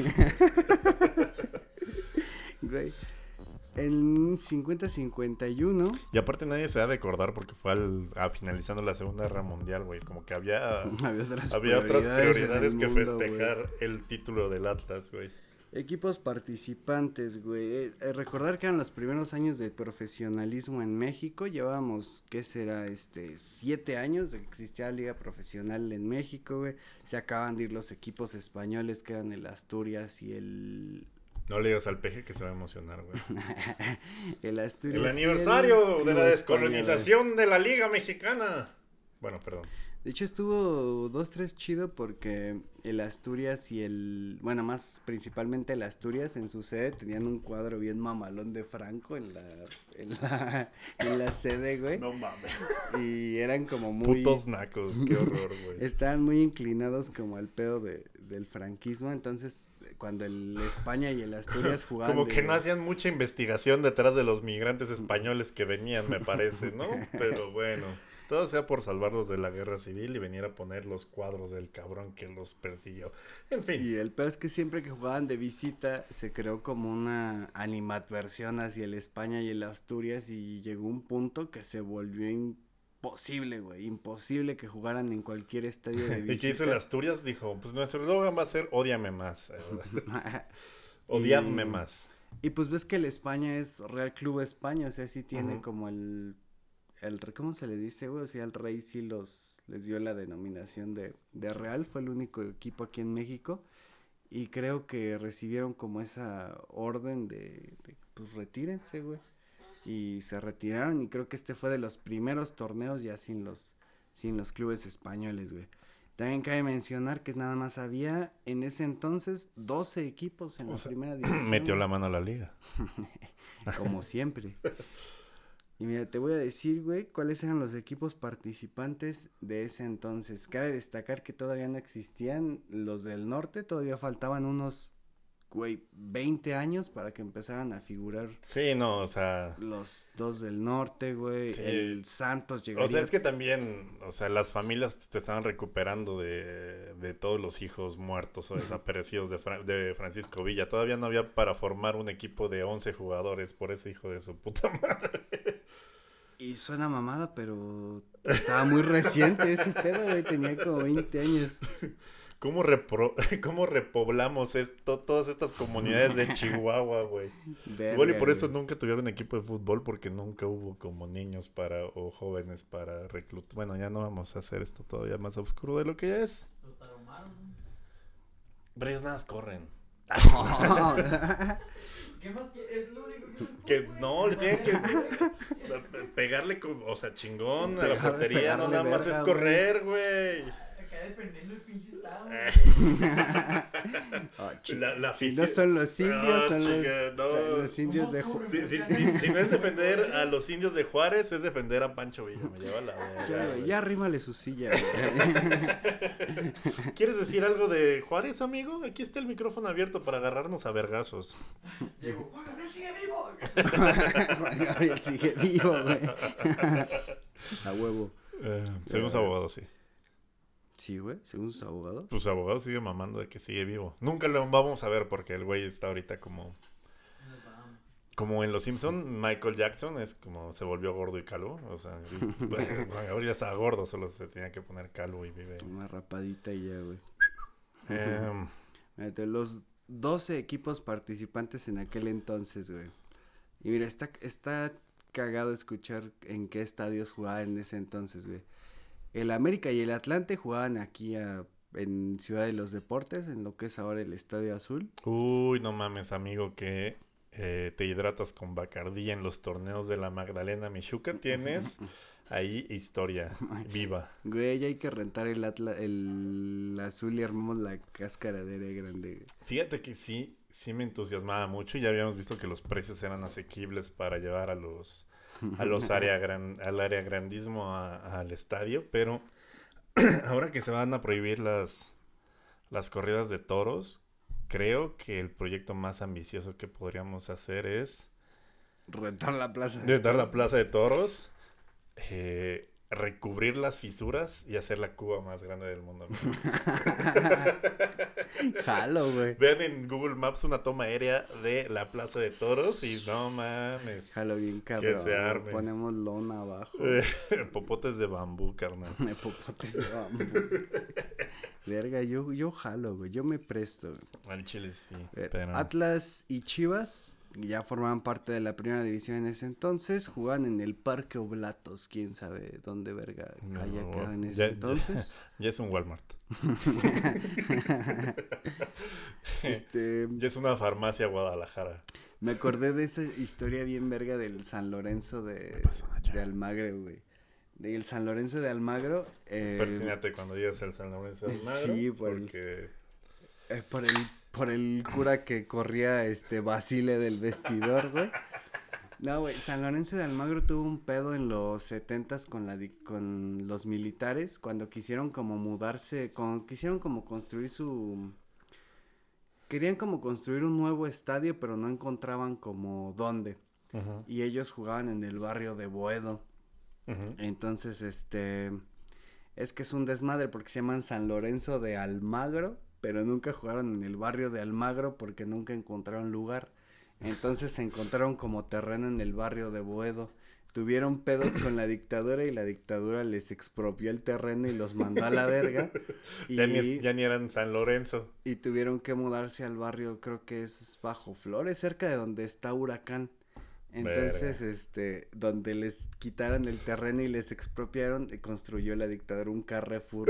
B: Güey, en 50-51
A: Y aparte nadie se da de acordar porque fue finalizando la Segunda Guerra Mundial, güey. Como que había otras prioridades
B: en
A: que
B: el mundo,
A: festejar el título del Atlas, güey.
B: Equipos participantes, güey. Recordar que eran los primeros años de profesionalismo en México. Llevábamos, ¿qué será? 7 años de que existía la liga profesional en México, güey. Se acaban de ir los equipos españoles que eran el Asturias y el...
A: No le digas al peje que se va a emocionar, güey.
B: el Asturias.
A: El
B: y
A: aniversario de
B: Club
A: la
B: España,
A: descolonización de la Liga Mexicana. Bueno, perdón.
B: De hecho estuvo 2-3 chido porque el Asturias y bueno, más principalmente el Asturias en su sede tenían un cuadro bien mamalón de Franco en la sede, güey.
A: No mames.
B: Y eran como muy...
A: Putos nacos, qué horror, güey.
B: Estaban muy inclinados como al pedo del franquismo, entonces cuando el España y el Asturias jugaban
A: Como que no hacían mucha investigación detrás de los migrantes españoles que venían, me parece, ¿no? Pero bueno, todo sea por salvarlos de la guerra civil y venir a poner los cuadros del cabrón que los persiguió. En fin.
B: Y el peor es que siempre que jugaban de visita se creó como una animadversión hacia el España y el Asturias y llegó un punto que se volvió imposible, güey, imposible que jugaran en cualquier estadio de visita.
A: ¿Y qué hizo el Asturias? Dijo, pues nuestro eslogan va a ser ódiame más. Odiadme más.
B: Y pues ves que el España es Real Club España, o sea, sí tiene
A: Ujú.
B: como ¿cómo se le dice, güey? O sea, el rey sí les dio la denominación de Real, fue el único equipo aquí en México. Y creo que recibieron como esa orden de pues retírense, güey. Y se retiraron y creo que este fue de los primeros torneos ya sin los clubes españoles, güey. También cabe mencionar que nada más había en ese entonces 12 equipos en la primera división.
A: Metió la mano a la liga.
B: Como siempre. Y mira, te voy a decir, güey, cuáles eran los equipos participantes de ese entonces. Cabe destacar que todavía no existían los del norte, todavía faltaban unos, güey, 20 años para que empezaran a figurar.
A: Sí, no, o sea...
B: Los dos del norte, güey,
A: Sí.
B: El Santos llegaría.
A: O sea, es que también, o sea, las familias te estaban recuperando de todos los hijos muertos o desaparecidos de Francisco Villa. Todavía no había para formar un equipo de 11 jugadores por ese hijo de su puta madre.
B: Y suena mamada, pero estaba muy reciente ese pedo, güey, tenía como 20 años.
A: ¿Cómo repoblamos todas estas comunidades de Chihuahua, güey? Igual y por eso nunca tuvieron equipo de fútbol, porque nunca hubo como niños o jóvenes para reclutar. Bueno, ya no vamos a hacer esto todavía más oscuro de lo que ya es.
C: Los taromaron, ¿no?
A: Bresnas corren.
C: ¿Qué más quieres? Es lo único
A: Que no, le tienen que pegarle, o sea, chingón a la portería, no nada más es correr, güey.
C: Acá defendiendo el pinche estado.
B: Si no son los indios, son
A: chica,
B: los indios de Juárez.
A: Si no es defender a los indios de Juárez, es defender a Pancho Villa. Me lleva la verga,
B: Ya arrímale su silla, güey.
A: ¿Quieres decir algo de Juárez, amigo? Aquí está el micrófono abierto para agarrarnos a vergazos.
C: Llegó, ¡Juan Gabriel sigue vivo!
B: Juan Gabriel sigue vivo, güey. A huevo.
A: Según sus abogados, sí.
B: Sí, güey, según sus abogados.
A: Pues abogado sigue mamando de que sigue vivo. Nunca lo vamos a ver porque el güey está ahorita como en Los Simpson. Michael Jackson es como se volvió gordo y calvo. O sea, ahora ya estaba gordo, solo se tenía que poner calvo y vive.
B: Una rapadita y ya, güey.
A: Eh,
B: De los 12 equipos participantes en aquel entonces, güey. Y mira, está cagado escuchar en qué estadios jugaban en ese entonces, güey. El América y el Atlante jugaban aquí en Ciudad de los Deportes, en lo que es ahora el Estadio Azul.
A: Uy, no mames, amigo, que te hidratas con Bacardí en los torneos de la Magdalena Michuca. Tienes ahí historia viva.
B: Güey, ya hay que rentar el Azul y armamos la cáscara de Aire Grande.
A: Fíjate que sí me entusiasmaba mucho. Ya habíamos visto que los precios eran asequibles para llevar al área grandismo al estadio, pero ahora que se van a prohibir las corridas de toros, creo que el proyecto más ambicioso que podríamos hacer es
B: rentar la plaza
A: de toros, recubrir las fisuras y hacer la Cuba más grande del mundo.
B: Jalo, güey.
A: Vean en Google Maps una toma aérea de la plaza de toros y no mames.
B: Jalo bien, cabrón.
A: Que se arme.
B: Ponemos lona abajo.
A: Popotes de bambú, carnal.
B: Popotes de bambú. Verga, yo jalo, güey. Yo me presto, güey.
A: Al Chile sí.
B: Pero... Atlas y Chivas ya formaban parte de la primera división en ese entonces. Jugaban en el Parque Oblatos. Quién sabe dónde verga haya quedado en ese entonces.
A: Ya es un Walmart.
B: Ya
A: es una farmacia Guadalajara.
B: Me acordé de esa historia bien verga del San Lorenzo de Almagro, güey. Del San Lorenzo de Almagro.
A: Persínate cuando llegues al San Lorenzo de Almagro.
B: Sí, por el cura que corría Basile del vestidor, güey. No, güey, San Lorenzo de Almagro tuvo un pedo en los 70s con los militares cuando quisieron como mudarse, quisieron como construir querían como construir un nuevo estadio, pero no encontraban como dónde. Uh-huh. Y ellos jugaban en el barrio de Boedo. Uh-huh. Entonces, es que es un desmadre porque se llaman San Lorenzo de Almagro, pero nunca jugaron en el barrio de Almagro porque nunca encontraron lugar. Entonces se encontraron como terreno en el barrio de Boedo. Tuvieron pedos con la dictadura y la dictadura les expropió el terreno y los mandó a la verga. Y
A: ya ni eran San Lorenzo.
B: Y tuvieron que mudarse al barrio, creo que es Bajo Flores, cerca de donde está Huracán. Entonces, donde les quitaron el terreno y les expropiaron, construyó la dictadura un Carrefour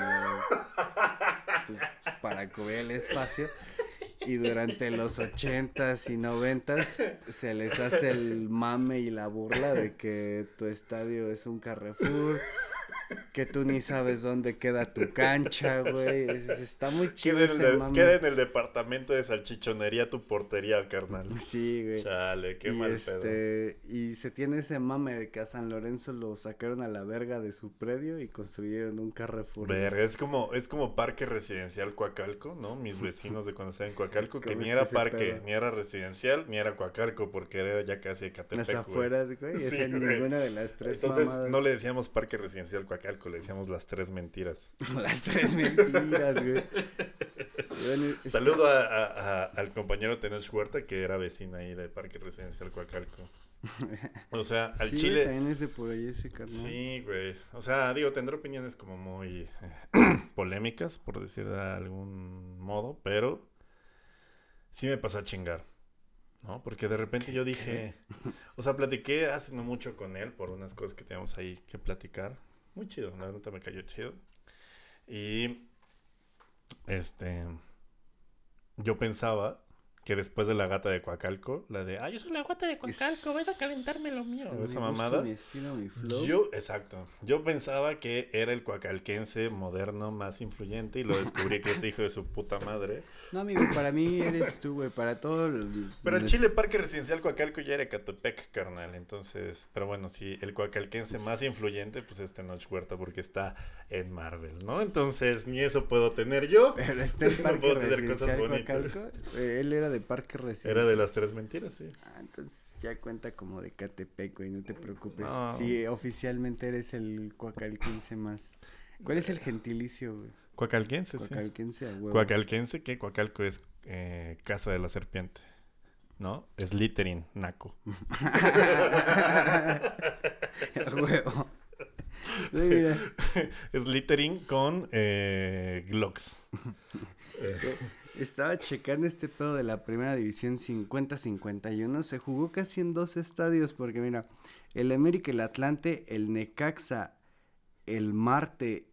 B: pues, para cubrir el espacio. Y durante los 80s y 90s se les hace el mame y la burla de que tu estadio es un Carrefour. Que tú ni sabes dónde queda tu cancha, güey. Está muy chido
A: Queda
B: ese mame.
A: queda en el departamento de salchichonería tu portería, carnal.
B: Sí, güey.
A: Chale, qué
B: Y
A: mal pedo.
B: y se tiene ese mame de que a San Lorenzo lo sacaron a la verga de su predio y construyeron un Carrefour.
A: Verga, es como parque residencial Coacalco, ¿no? Mis vecinos de cuando estaba en Coacalco, que
B: ¿Cómo
A: ni
B: está
A: era
B: ese
A: parque,
B: pedo?
A: ni era residencial, ni era Coacalco, porque era ya casi Ecatepec,
B: Las
A: güey.
B: afueras, güey.
A: Sí,
B: Es en
A: güey.
B: ninguna de las tres
A: Entonces
B: mamadas.
A: no le decíamos parque residencial Coacalco, le decíamos las tres mentiras.
B: Las tres mentiras, güey. Bueno,
A: Saludo al compañero Tenoch Huerta, que era vecino ahí de parque residencial Coacalco. O sea, al
B: sí,
A: Chile...
B: también es de por ahí ese carnal.
A: Sí, güey. O sea, digo, tendré opiniones como muy polémicas, por decir de algún modo, pero sí me pasó a chingar, ¿no? Porque de repente yo dije, o sea, platiqué hace no mucho con él por unas cosas que teníamos ahí que platicar. Muy chido, la neta me cayó chido. Y, yo pensaba que después de la gata de Coacalco, la de, yo soy la gata de Coacalco, voy a calentarme lo mío,
B: Me
A: esa
B: gusta
A: mamada.
B: mi estilo, mi flow.
A: Yo pensaba que era el coacalquense moderno más influyente y lo descubrí que es hijo de su puta madre.
B: No, amigo, para mí eres tú, güey. Para todo
A: Pero el Chile Parque Residencial Coacalco ya era Ecatepec, carnal. Entonces, pero bueno, sí, el coacalquense más influyente, pues es Tenoch Huerta porque está en Marvel, ¿no? Entonces, ni eso puedo tener yo.
B: Pero está en
A: No
B: Parque
A: puedo tener cosas
B: Residencial
A: bonitas.
B: Coacalco. Él era de Parque Residencial.
A: Era de las tres mentiras, sí.
B: Ah, entonces ya cuenta como de Catepec, güey. No te preocupes.
A: No.
B: Sí, oficialmente eres el coacalquense más. ¿Cuál es el gentilicio, güey?
A: Coacalquense, sí.
B: Coacalquense a huevo.
A: Coacalquense, que Coacalco es casa de la serpiente, ¿no? Slytherin, naco.
B: A huevo. Sí, mira.
A: Slytherin con Glocks.
B: Estaba checando este pedo de la primera división 50-51. Se jugó casi en 2 estadios porque mira, el América, el Atlante, el Necaxa, el Marte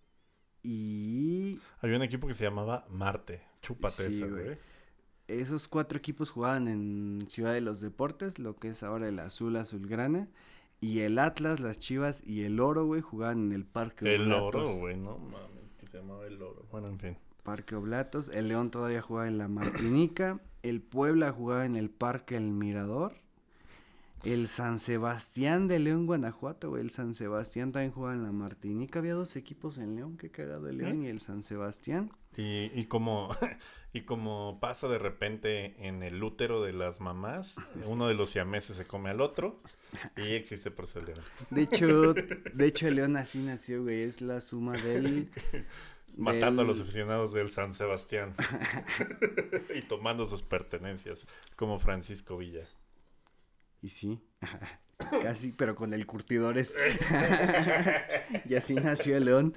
B: y
A: Había un equipo que se llamaba Marte. Chúpate
B: Sí,
A: esa,
B: güey.
A: güey.
B: esos 4 equipos jugaban en Ciudad de los Deportes, lo que es ahora el Azulgrana. Y el Atlas, las Chivas y el Oro, güey, jugaban en el Parque
A: El
B: Oblatos.
A: Oro, güey, no mames, que se llamaba el Oro. Bueno, en fin.
B: Parque Oblatos. El León todavía jugaba en la Martinica. El Puebla jugaba en el Parque El Mirador. El San Sebastián de León, Guanajuato, güey. El San Sebastián también jugaba en la Martinica. Había 2 equipos en León, qué cagado, el León y el San Sebastián.
A: Y como y como pasa de repente en el útero de las mamás, uno de los siameses se come al otro y existe por eso el León.
B: De hecho el León así nació, güey. Es la suma del...
A: Matando a los aficionados del San Sebastián y tomando sus pertenencias, como Francisco Villa.
B: Y sí, casi, pero con el curtidores. Y así nació el León.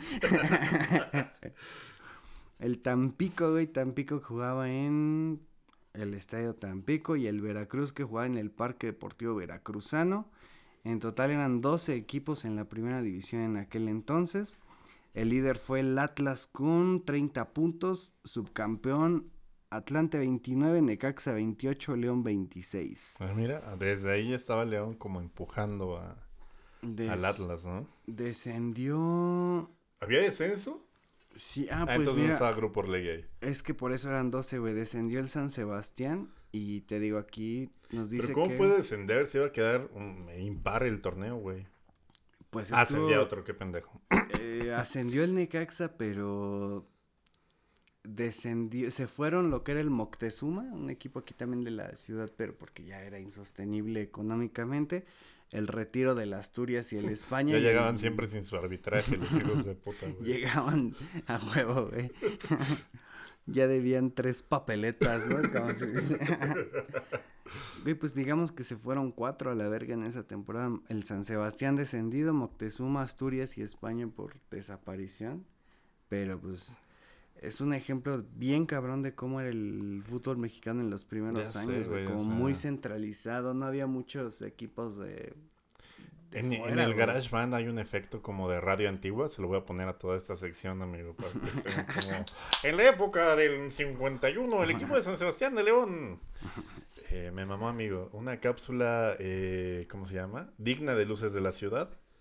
B: El Tampico, güey, Tampico jugaba en el Estadio Tampico y el Veracruz que jugaba en el Parque Deportivo Veracruzano. En total eran 12 equipos en la primera división en aquel entonces. El líder fue el Atlas con 30 puntos, subcampeón Atlante 29, Necaxa 28, León 26.
A: Pues mira, desde ahí ya estaba León como empujando al Atlas, ¿no?
B: Descendió...
A: ¿Había descenso?
B: Sí, pues
A: Entonces no
B: mira,
A: estaba Grupo Orlegui ahí.
B: es que por eso eran 12, güey. Descendió el San Sebastián y te digo, aquí nos dice
A: Pero ¿cómo
B: que...
A: puede descender? Se iba a quedar impar el torneo, güey.
B: Pues
A: Ascendía otro, qué pendejo.
B: ascendió el Necaxa, pero descendió, se fueron lo que era el Moctezuma, un equipo aquí también de la ciudad, pero porque ya era insostenible económicamente. El retiro del Asturias y el España.
A: Ya
B: y
A: llegaban siempre sin su arbitraje los hijos de puta, güey.
B: Llegaban a huevo, güey. Ya debían 3 papeletas, ¿no? Como se dice. Güey, pues digamos que se fueron 4 a la verga en esa temporada. El San Sebastián descendido, Moctezuma, Asturias y España por desaparición. Pero pues es un ejemplo bien cabrón de cómo era el fútbol mexicano en los primeros
A: Ya
B: años,
A: sé,
B: güey.
A: güey,
B: Como
A: o sea...
B: muy centralizado, no había muchos equipos de
A: En
B: fuera,
A: el
B: güey.
A: Garage Band hay un efecto como de radio antigua. Se lo voy a poner a toda esta sección, amigo. Para que estén como... En la época del 51, el equipo de San Sebastián de León. Me mamó, amigo. Una cápsula, ¿cómo se llama? Digna de luces de la ciudad.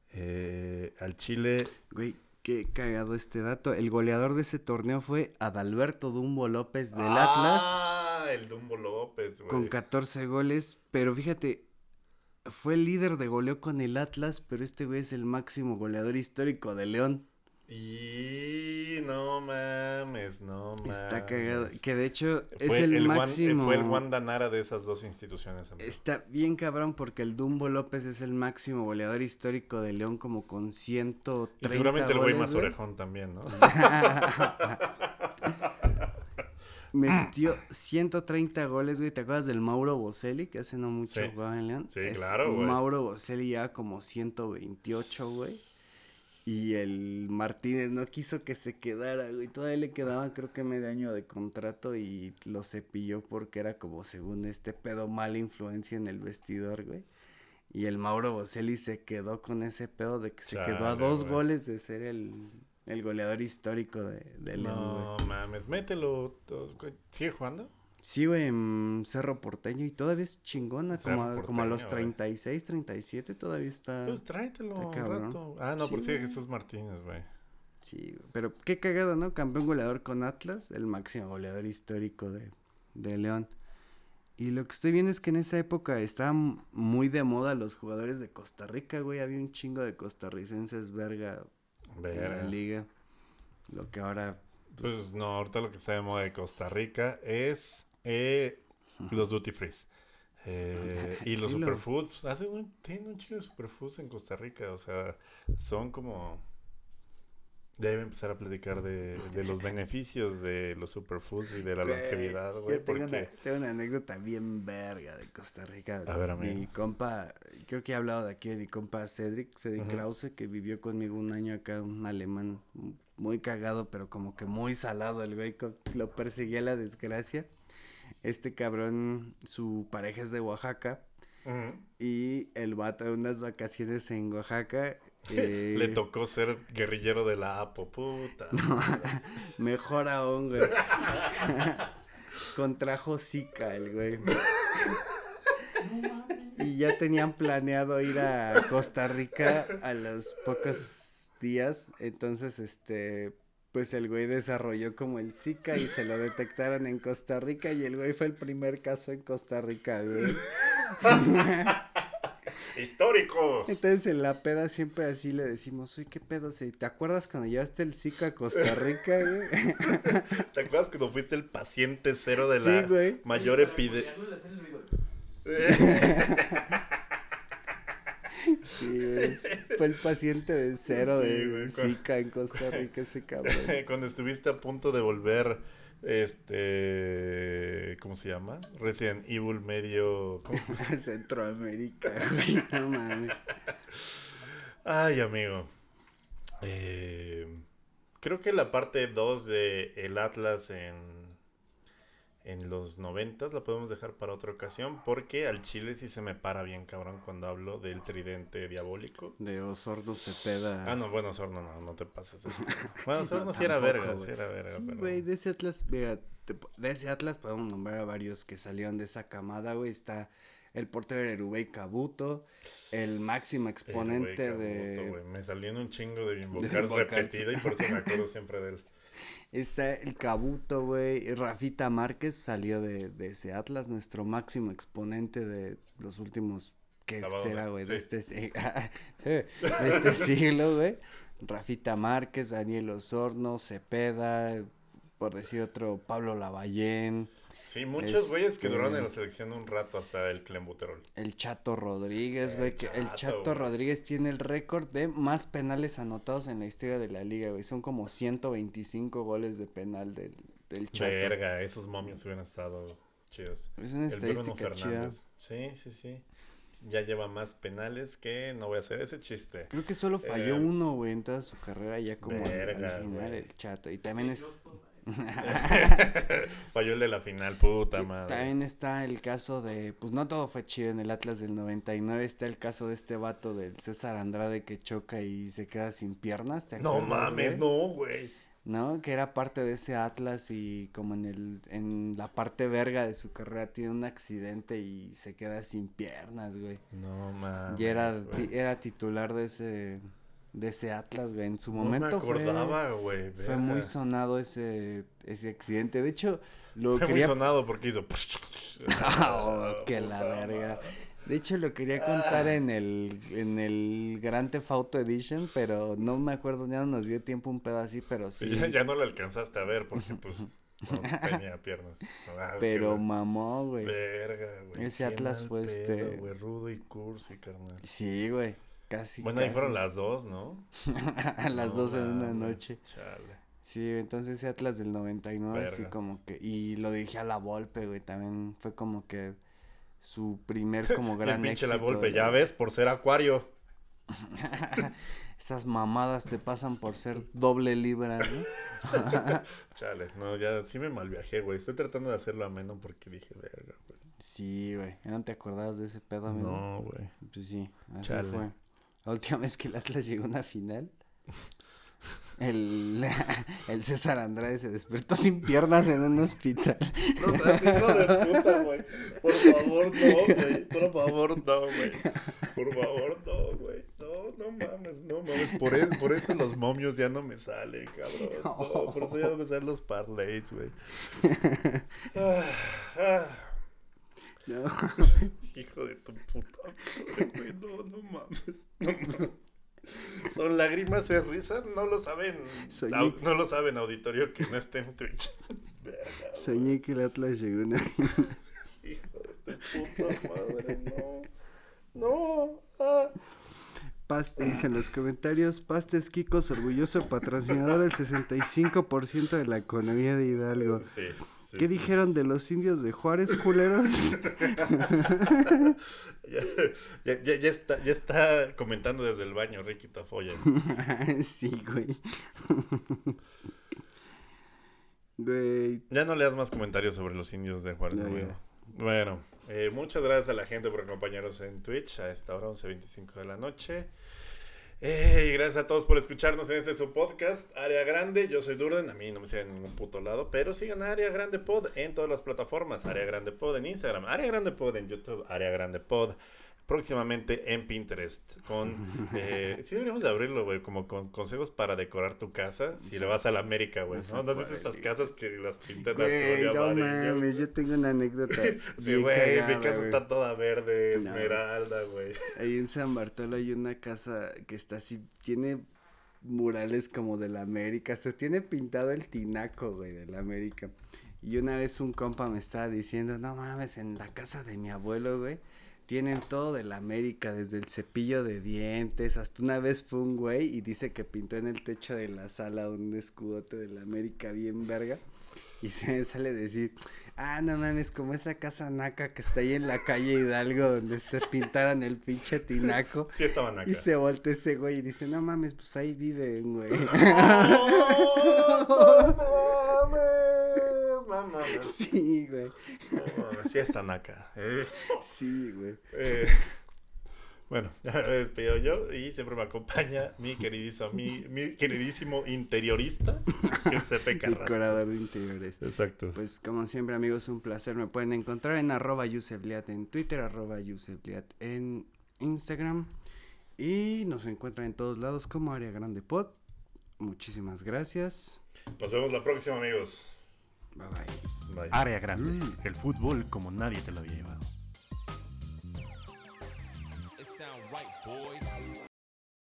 A: Al Chile.
B: Güey, qué cagado este dato. El goleador de ese torneo fue Adalberto Dumbo López del Atlas.
A: El Dumbo López, güey.
B: Con 14 goles, pero fíjate, fue el líder de goleo con el Atlas, pero este güey es el máximo goleador histórico de León.
A: Y no mames.
B: Está cagado, que de hecho es
A: Fue
B: el máximo.
A: Fue el Wanda Nara de esas dos instituciones, amigo.
B: Está bien cabrón porque el Dumbo López es el máximo goleador histórico de León como con 130
A: Y seguramente el güey
B: goles,
A: más orejón también, ¿no?
B: Metió 130 goles, güey. ¿Te acuerdas del Mauro Boselli que hace no mucho
A: Sí.
B: jugaba en León?
A: Sí, claro, güey.
B: Mauro Boselli ya como 128, güey. Y el Martínez no quiso que se quedara, güey. Todavía le quedaba creo que medio año de contrato y lo cepilló porque era como según este pedo mala influencia en el vestidor, güey. Y el Mauro Boselli se quedó con ese pedo de que se quedó a
A: Chale,
B: 2
A: güey.
B: goles de ser el goleador histórico de León, güey.
A: No mames, mételo. ¿Sigue jugando?
B: Sí, güey, en Cerro Porteño y todavía es chingona,
A: Cerro
B: como a los
A: Porteño, güey.
B: 36, 37 todavía está.
A: Pues tráetelo
B: está
A: un
B: cabrón.
A: rato. Ah, no,
B: Sí,
A: por si
B: güey.
A: Jesús Martínez, güey.
B: Sí, güey, pero qué cagado, ¿no? Campeón goleador con Atlas, el máximo goleador histórico de León. Y lo que estoy viendo es que en esa época estaban muy de moda los jugadores de Costa Rica, güey, había un chingo de costarricenses verga en la
A: Verga.
B: liga. Lo que ahora
A: Pues no, ahorita lo que está de moda de Costa Rica es los duty frees. Y los
B: Dilo.
A: superfoods. Tienen un chingo de superfoods en Costa Rica. O sea, son como. Ya iba a empezar a platicar de los beneficios de los superfoods y de la longevidad, güey.
B: Yo tengo
A: Porque.
B: tengo una anécdota bien verga de Costa Rica.
A: A ver, amigo.
B: Mi compa, creo que he hablado de aquí de mi compa Cedric
A: Ujú.
B: Krause, que vivió conmigo un año acá, un alemán muy cagado, pero como que muy salado el güey, lo perseguía la desgracia. Este cabrón, su pareja es de Oaxaca
A: Ujú.
B: y el vato de unas vacaciones en Oaxaca.
A: Le tocó ser guerrillero de la APO, puta.
B: Mejor aún, güey. Contrajo Zika el güey. Y ya tenían planeado ir a Costa Rica a los pocos días. Entonces, pues el güey desarrolló como el Zika y se lo detectaron en Costa Rica. Y el güey fue el primer caso en Costa Rica, güey.
A: ¡Histórico!
B: Entonces en la peda siempre así le decimos, uy, ¿qué pedo? ¿Te acuerdas cuando llevaste el Zika a Costa Rica, güey?
A: ¿Te acuerdas cuando fuiste el paciente cero de
B: Sí,
A: la
B: güey.
A: mayor epidemia?
B: Sí, güey. Fue el paciente de cero
A: Sí,
B: de
A: güey,
B: Zika en Costa Rica, ese cabrón.
A: Cuando estuviste a punto de volver, ¿cómo se llama? Resident Evil medio... ¿cómo?
B: Centroamérica, güey, no mames.
A: Ay, amigo. Creo que la parte 2 de el Atlas en los 90 la podemos dejar para otra ocasión porque al chile sí se me para bien cabrón cuando hablo del tridente diabólico.
B: De Osorno Cepeda.
A: Ah, no, bueno, Osorno no te pases. Bueno, Osorno
B: No,
A: sí era
B: tampoco,
A: verga,
B: güey.
A: sí era verga.
B: Sí,
A: pero...
B: güey, de ese Atlas, mira, de ese Atlas podemos nombrar a varios que salieron de esa camada, güey. Está el portero Erubey Cabuto, el máximo exponente
A: güey,
B: de...
A: Cabuto, güey. Me salió en un chingo de
B: De
A: invocar
B: Invocar.
A: repetido y por eso me acuerdo siempre de él.
B: Está el Cabuto, güey. Rafita Márquez salió de ese Atlas, nuestro máximo exponente de los últimos, ¿qué
A: Acabado,
B: será, güey?
A: sí.
B: De este siglo, güey. Rafita Márquez, Daniel Osorno, Cepeda, por decir otro, Pablo Lavallén,
A: Sí, muchos güeyes que duraron en la
B: Este-
A: selección un rato hasta el Clembuterol.
B: el Chato Rodríguez, güey, que el
A: Chato,
B: Chato
A: güey.
B: Rodríguez tiene el récord de más penales anotados en la historia de la liga, güey. Son como 125 goles de penal del Chato.
A: Verga, esos momios hubieran estado chidos.
B: Es una
A: El Bruno
B: estadística chida.
A: Fernández. Sí. Ya lleva más penales que no voy a hacer ese chiste.
B: Creo que solo falló uno, güey, en toda su carrera, ya como
A: Verga,
B: al final,
A: güey.
B: el Chato. Y también
A: Falló el de la final, puta madre.
B: también está el caso de, pues no todo fue chido en el Atlas del 99, está el caso de este vato del César Andrade que choca y se queda sin piernas, ¿te
A: No
B: acuerdas,
A: mames,
B: güey?
A: no, güey.
B: ¿no? Que era parte de ese Atlas y como en la parte verga de su carrera tiene un accidente y se queda sin piernas, güey.
A: No mames.
B: Y era
A: güey.
B: titular de ese Atlas, güey. En su
A: No me
B: momento
A: acordaba, güey.
B: fue muy
A: verga.
B: sonado ese accidente. De hecho, lo
A: Fue muy
B: quería...
A: sonado porque hizo.
B: Oh, que la verga. De hecho, lo quería contar en el Grand Theft Auto Edition, pero no me acuerdo, ya no nos dio tiempo un pedo así, pero sí.
A: Ya no lo alcanzaste a ver porque, pues, no tenía piernas. Ah,
B: Pero
A: qué
B: mamó, güey.
A: verga, güey.
B: Ese
A: qué
B: Atlas
A: mal
B: fue
A: pedo, güey, rudo y cursi, carnal.
B: Sí, güey. Casi.
A: Bueno, ahí fueron las dos, ¿no?
B: A las
A: No
B: 12 de una
A: mames,
B: noche.
A: Chale.
B: Sí, entonces ese Atlas del 99, sí,
A: Verga.
B: como que. Y lo dirigía a la Volpe, güey. También fue como que su primer como
A: El
B: gran
A: pinche
B: éxito.
A: la Volpe,
B: de
A: ya ves, por ser acuario.
B: Esas mamadas te pasan por ser doble libra, ¿no?
A: Chale, no, ya sí me malviajé, güey. Estoy tratando de hacerlo ameno porque dije, verga, güey.
B: Sí, güey. ¿Ya no te acordabas de ese pedo, amigo?
A: No, güey.
B: Pues sí, así
A: Chale.
B: fue. La última vez que el Atlas llegó a una final, el César Andrade se despertó sin piernas en un hospital.
A: No seas hijo de puta, güey. Por favor, no, güey. Por favor, no, güey. Por favor, no, güey. No mames, no mames. Por eso los momios ya no me salen, cabrón. No, por eso ya no me salen los parlays, güey. Ah.
B: No.
A: Hijo de tu puta madre, güey. No mames. No mames. Son lágrimas, es risa, no lo saben.
B: Soñé.
A: No lo saben, auditorio, que no esté en Twitch. Verga,
B: Soñé que el Atlas llegó a una
A: hijo de tu puta madre, no. No. Ah.
B: Paste, dice en los comentarios, Pastes Kikos, orgulloso patrocinador del 65% de la economía de Hidalgo.
A: Sí.
B: ¿Qué dijeron de los indios de Juárez, culeros?
A: Ya está comentando desde el baño, Ricky Tafoya.
B: Sí, güey. Güey.
A: Ya no leas más comentarios sobre los indios de Juárez.
B: No,
A: güey.
B: ya.
A: Bueno, muchas gracias a la gente por acompañarnos en Twitch a esta hora, 11:25 de la noche. Y gracias a todos por escucharnos en este su podcast, Área Grande. Yo soy Durden, a mí no me siguen en ningún puto lado, pero sigan a Área Grande Pod en todas las plataformas. Área Grande Pod en Instagram, Área Grande Pod en YouTube, Área Grande Pod próximamente en Pinterest. Sí deberíamos de abrirlo, güey, como con consejos para decorar tu casa si le vas a la América, güey, ¿no? ¿No has visto esas casas que las pintan
B: Güey,
A: azul y
B: no
A: amarillo?
B: mames, yo tengo una anécdota.
A: Sí,
B: bien
A: güey, mi
B: cagada,
A: casa
B: güey.
A: está toda verde,
B: No.
A: esmeralda, güey.
B: Ahí en San Bartolo hay una casa que está así, tiene murales como de la América, hasta tiene pintado el tinaco, güey, de la América. Y una vez un compa me estaba diciendo, no mames, en la casa de mi abuelo, güey, tienen todo de la América, desde el cepillo de dientes, hasta una vez fue un güey y dice que pintó en el techo de la sala un escudote de la América bien verga. Y se me sale a decir, no mames, como esa casa naca que está ahí en la calle Hidalgo donde pintaran el pinche tinaco.
A: Sí estaban acá.
B: Y se voltea ese güey y dice, no mames, pues ahí viven, güey.
A: No mames.
B: Sí, güey.
A: No mames, sí están acá.
B: Sí, güey.
A: Bueno, ya me he despedido yo y siempre me acompaña mi queridísimo interiorista, Giuseppe Carrasco.
B: Decorador de interiores.
A: Exacto.
B: Pues como siempre, amigos, un placer. Me pueden encontrar en @YusefLiat en Twitter, @YusefLiat en Instagram. Y nos encuentran en todos lados como Área Grande Pod. Muchísimas gracias.
A: Nos vemos la próxima, amigos.
B: Bye bye.
A: Bye.
D: Área Grande, el fútbol como nadie te lo había llevado.
E: It sound right, boys.